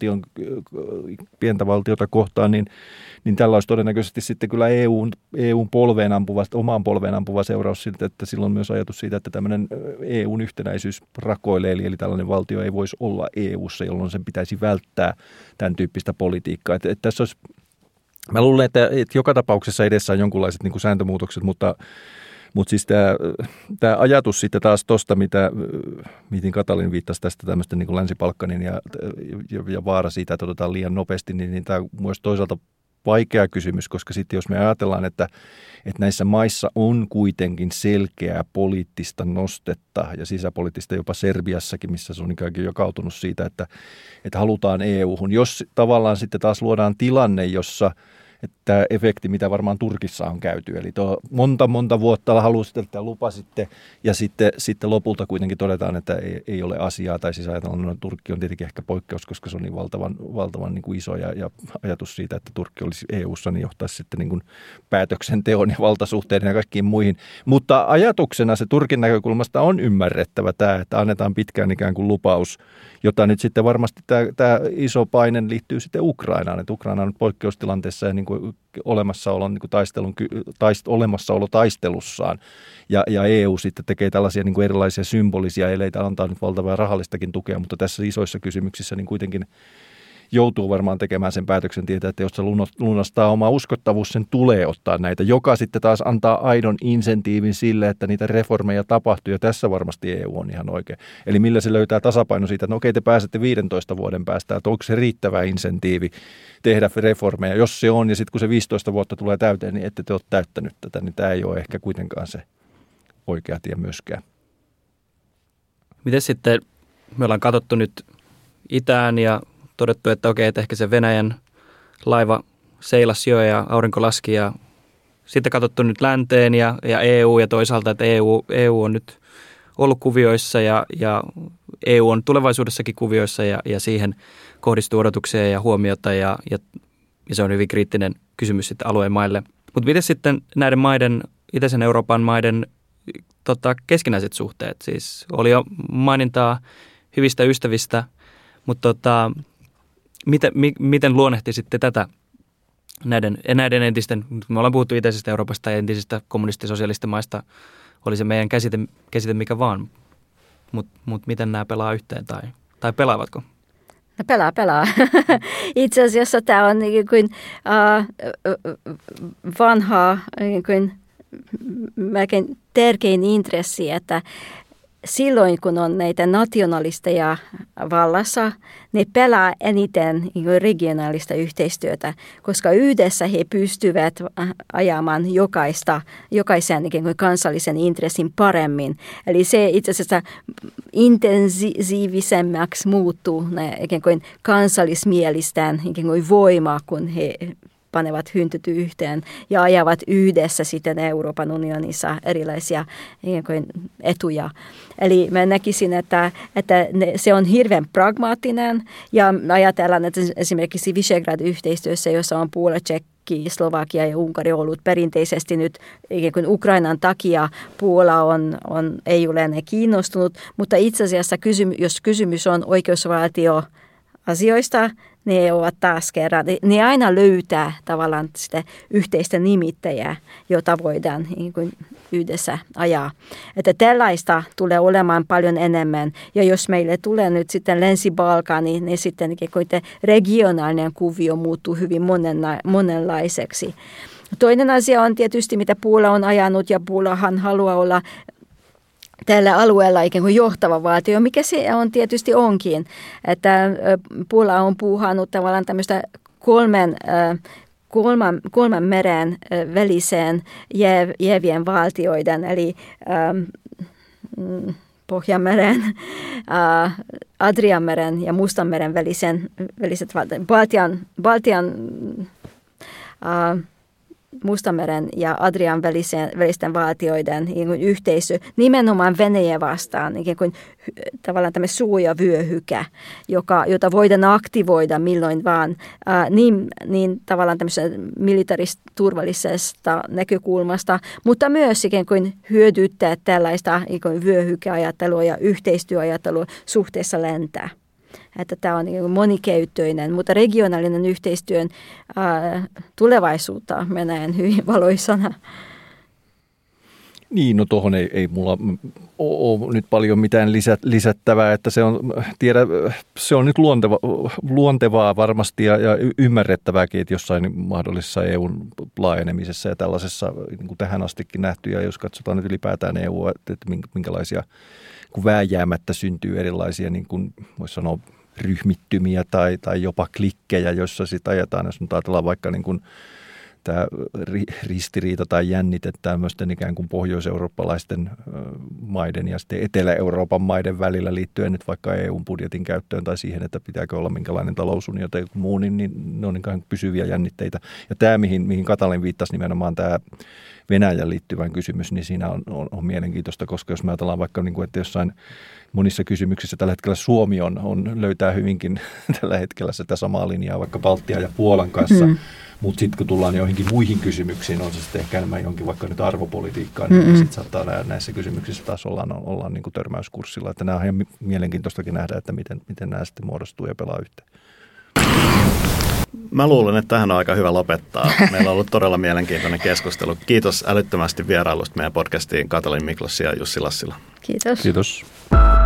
pientä valtiota kohtaan, niin tällä olisi todennäköisesti sitten kyllä EUn omaan polveen ampuva seuraus siltä, että silloin myös ajatus siitä, että tämmöinen EUn yhtenäisyys rakoilee, eli tällainen valtio ei voisi olla EUssa, jolloin sen pitäisi välttää tämän tyyppistä politiikkaa. Että tässä olisi, mä luulen, että joka tapauksessa edessä on jonkunlaiset niin kuin sääntömuutokset, mutta siis tämä ajatus sitten taas tuosta, miten Katalin viittasi tästä tämmöistä niin kuin Länsi-Balkanin ja vaara siitä, että otetaan liian nopeasti, niin tämä on myös toisaalta vaikea kysymys, koska sitten jos me ajatellaan, että näissä maissa on kuitenkin selkeää poliittista nostetta ja sisäpoliittista jopa Serbiassakin, missä se on ikään kuin jakautunut siitä, että halutaan EU-hun. Jos tavallaan sitten taas luodaan tilanne, jossa tämä efekti, mitä varmaan Turkissa on käyty, eli monta vuotta halusitte, lupasitte ja sitten lopulta kuitenkin todetaan, että ei ole asiaa, tai siis ajatellaan, että Turkki on tietenkin ehkä poikkeus, koska se on niin valtavan niin kuin iso ja ajatus siitä, että Turkki olisi EU:ssa, niin johtaisi sitten niin kuin päätöksenteon ja valtasuhteiden ja kaikkiin muihin. Mutta ajatuksena se Turkin näkökulmasta on ymmärrettävä tämä, että annetaan pitkään ikään kuin lupaus, jota nyt sitten varmasti tämä iso paine liittyy sitten Ukrainaan, että Ukraina on nyt poikkeustilanteessa ja niin kuin olemassaolon niin kuin olemassaolo taistelussaan ja EU sitten tekee tällaisia niin kuin erilaisia symbolisia eleitä, antaa nyt valtavaa rahallistakin tukea, mutta tässä isoissa kysymyksissä niin kuitenkin joutuu varmaan tekemään sen päätöksen tietää, että jos se lunastaa oma uskottavuus, sen tulee ottaa näitä, joka sitten taas antaa aidon insentiivin sille, että niitä reformeja tapahtuu, ja tässä varmasti EU on ihan oikein. Eli millä se löytää tasapaino siitä, että no okei, te pääsette 15 vuoden päästä, että onko se riittävä insentiivi tehdä reformeja, jos se on, ja sitten kun se 15 vuotta tulee täyteen, niin ette te ole täyttänyt tätä, niin tämä ei ole ehkä kuitenkaan se oikea tie myöskään. Miten sitten, me ollaan katsottu nyt itään ja todettu, että okei, että ehkä se Venäjän laiva seilasi jo ja aurinko laski ja sitten katsottu nyt länteen ja EU ja toisaalta, että EU on nyt ollut kuvioissa ja EU on tulevaisuudessakin kuvioissa ja siihen kohdistuu odotuksia ja huomiota ja se on hyvin kriittinen kysymys sitten alueen maille. Mutta miten sitten näiden maiden, itäisen Euroopan maiden keskinäiset suhteet? Siis oli jo mainintaa hyvistä ystävistä, mutta miten luonnehtisitte tätä näiden entisten, me ollaan puhuttu itäisestä Euroopasta ja entisistä kommunistisosiaalista maista, oli se meidän käsite mikä vaan, mutta miten nämä pelaa yhteen tai pelaavatko? No pelaa. Itse asiassa tämä on niin kuin vanha niin kuin melkein tärkein intressi, että silloin kun on näitä nationalisteja vallassa, ne pelaa eniten niin regionaalista yhteistyötä, koska yhdessä he pystyvät ajamaan jokaisen niin kuin kansallisen intressin paremmin. Eli se itse asiassa intensiivisemmäksi muuttuu ikään kuin kansallismielisten ikään kuin voima, kun he panevat hyntyty yhteen ja ajavat yhdessä sitten Euroopan unionissa erilaisia etuja. Eli mä näkisin, että se on hirveän pragmaattinen ja ajatellaan, että esimerkiksi Visegrad-yhteistyössä, jossa on Puola, Tšekki, Slovakia ja Unkari ollut perinteisesti nyt ikään kuin Ukrainan takia Puola ei ole ne kiinnostunut, mutta itse asiassa jos kysymys on oikeusvaltioasioista, ne ovat taas kerran, ne aina löytää tavallaan sitä yhteistä nimittäjää, jota voidaan niin kuin yhdessä ajaa. Että tällaista tulee olemaan paljon enemmän. Ja jos meille tulee nyt sitten Länsi-Balkani, niin sitten regionaalinen kuvio muuttuu hyvin monenlaiseksi. Toinen asia on tietysti, mitä Puola on ajanut, ja Puolahan haluaa olla tällä alueella ikään kuin johtava valtio, mikä se on tietysti onkin, että Puola on puuhannut tavallaan tämmöistä kolman meren väliseen jäävien valtioiden, eli Pohjanmeren, Adrianmeren ja Mustanmeren väliset valtiot, Baltian Mustanmeren ja Adrian välisten valtioiden yhteisö nimenomaan Venäjä vastaan, ikään kuin tavallaan tämmöinen suojavyöhykä, jota voidaan aktivoida milloin vaan, niin tavallaan tämmöisestä militaristurvallisesta näkökulmasta, mutta myös ikään kuin hyödyttää tällaista ikään kuin vyöhykeajattelua ja yhteistyöajattelua suhteessa lentää. Että tämä on monikäyttöinen, mutta regionaalinen yhteistyön tulevaisuutta mä näen hyvin valoisana. Niin, no tuohon ei mulla ole nyt paljon mitään lisättävää, että se on nyt luontevaa varmasti ja ymmärrettävääkin, että jossain mahdollisessa EUn laajenemisessa ja tällaisessa niin kuin tähän astikin nähty, ja jos katsotaan nyt ylipäätään EUa, että minkälaisia kun vääjäämättä syntyy erilaisia, niin kuin voisi sanoa, ryhmittymiä tai jopa klikkejä, joissa sitten ajetaan, jos nyt ajatellaan vaikka niin kuin tämä ristiriita tai jännite tämmöisten ikään kuin pohjois-eurooppalaisten maiden ja sitten Etelä-Euroopan maiden välillä liittyen nyt vaikka EU-budjetin käyttöön tai siihen, että pitääkö olla minkälainen talousunio tai muu, niin ne on ikään kuin pysyviä jännitteitä. Ja tämä, mihin Katalin viittasi nimenomaan tämä Venäjän liittyvän kysymys, niin siinä on mielenkiintoista, koska jos me ajatellaan vaikka, niin kuin, että jossain monissa kysymyksissä tällä hetkellä Suomi löytää hyvinkin tällä hetkellä sitä samaa linjaa vaikka Baltian ja Puolan kanssa, mutta sitten kun tullaan joihinkin muihin kysymyksiin, on se sitten ehkä enemmän jonkin vaikka nyt arvopolitiikkaa, niin sitten saattaa näissä kysymyksissä taas ollaan niin kuin törmäyskurssilla. Että nämä on ihan mielenkiintoistakin nähdä, että miten nämä sitten muodostuu ja pelaa yhteen. Mä luulen, että tähän on aika hyvä lopettaa. Meillä on ollut todella mielenkiintoinen keskustelu. Kiitos älyttömästi vierailusta meidän podcastiin Katalin Miklos ja Jussi Lassila. Kiitos. Kiitos.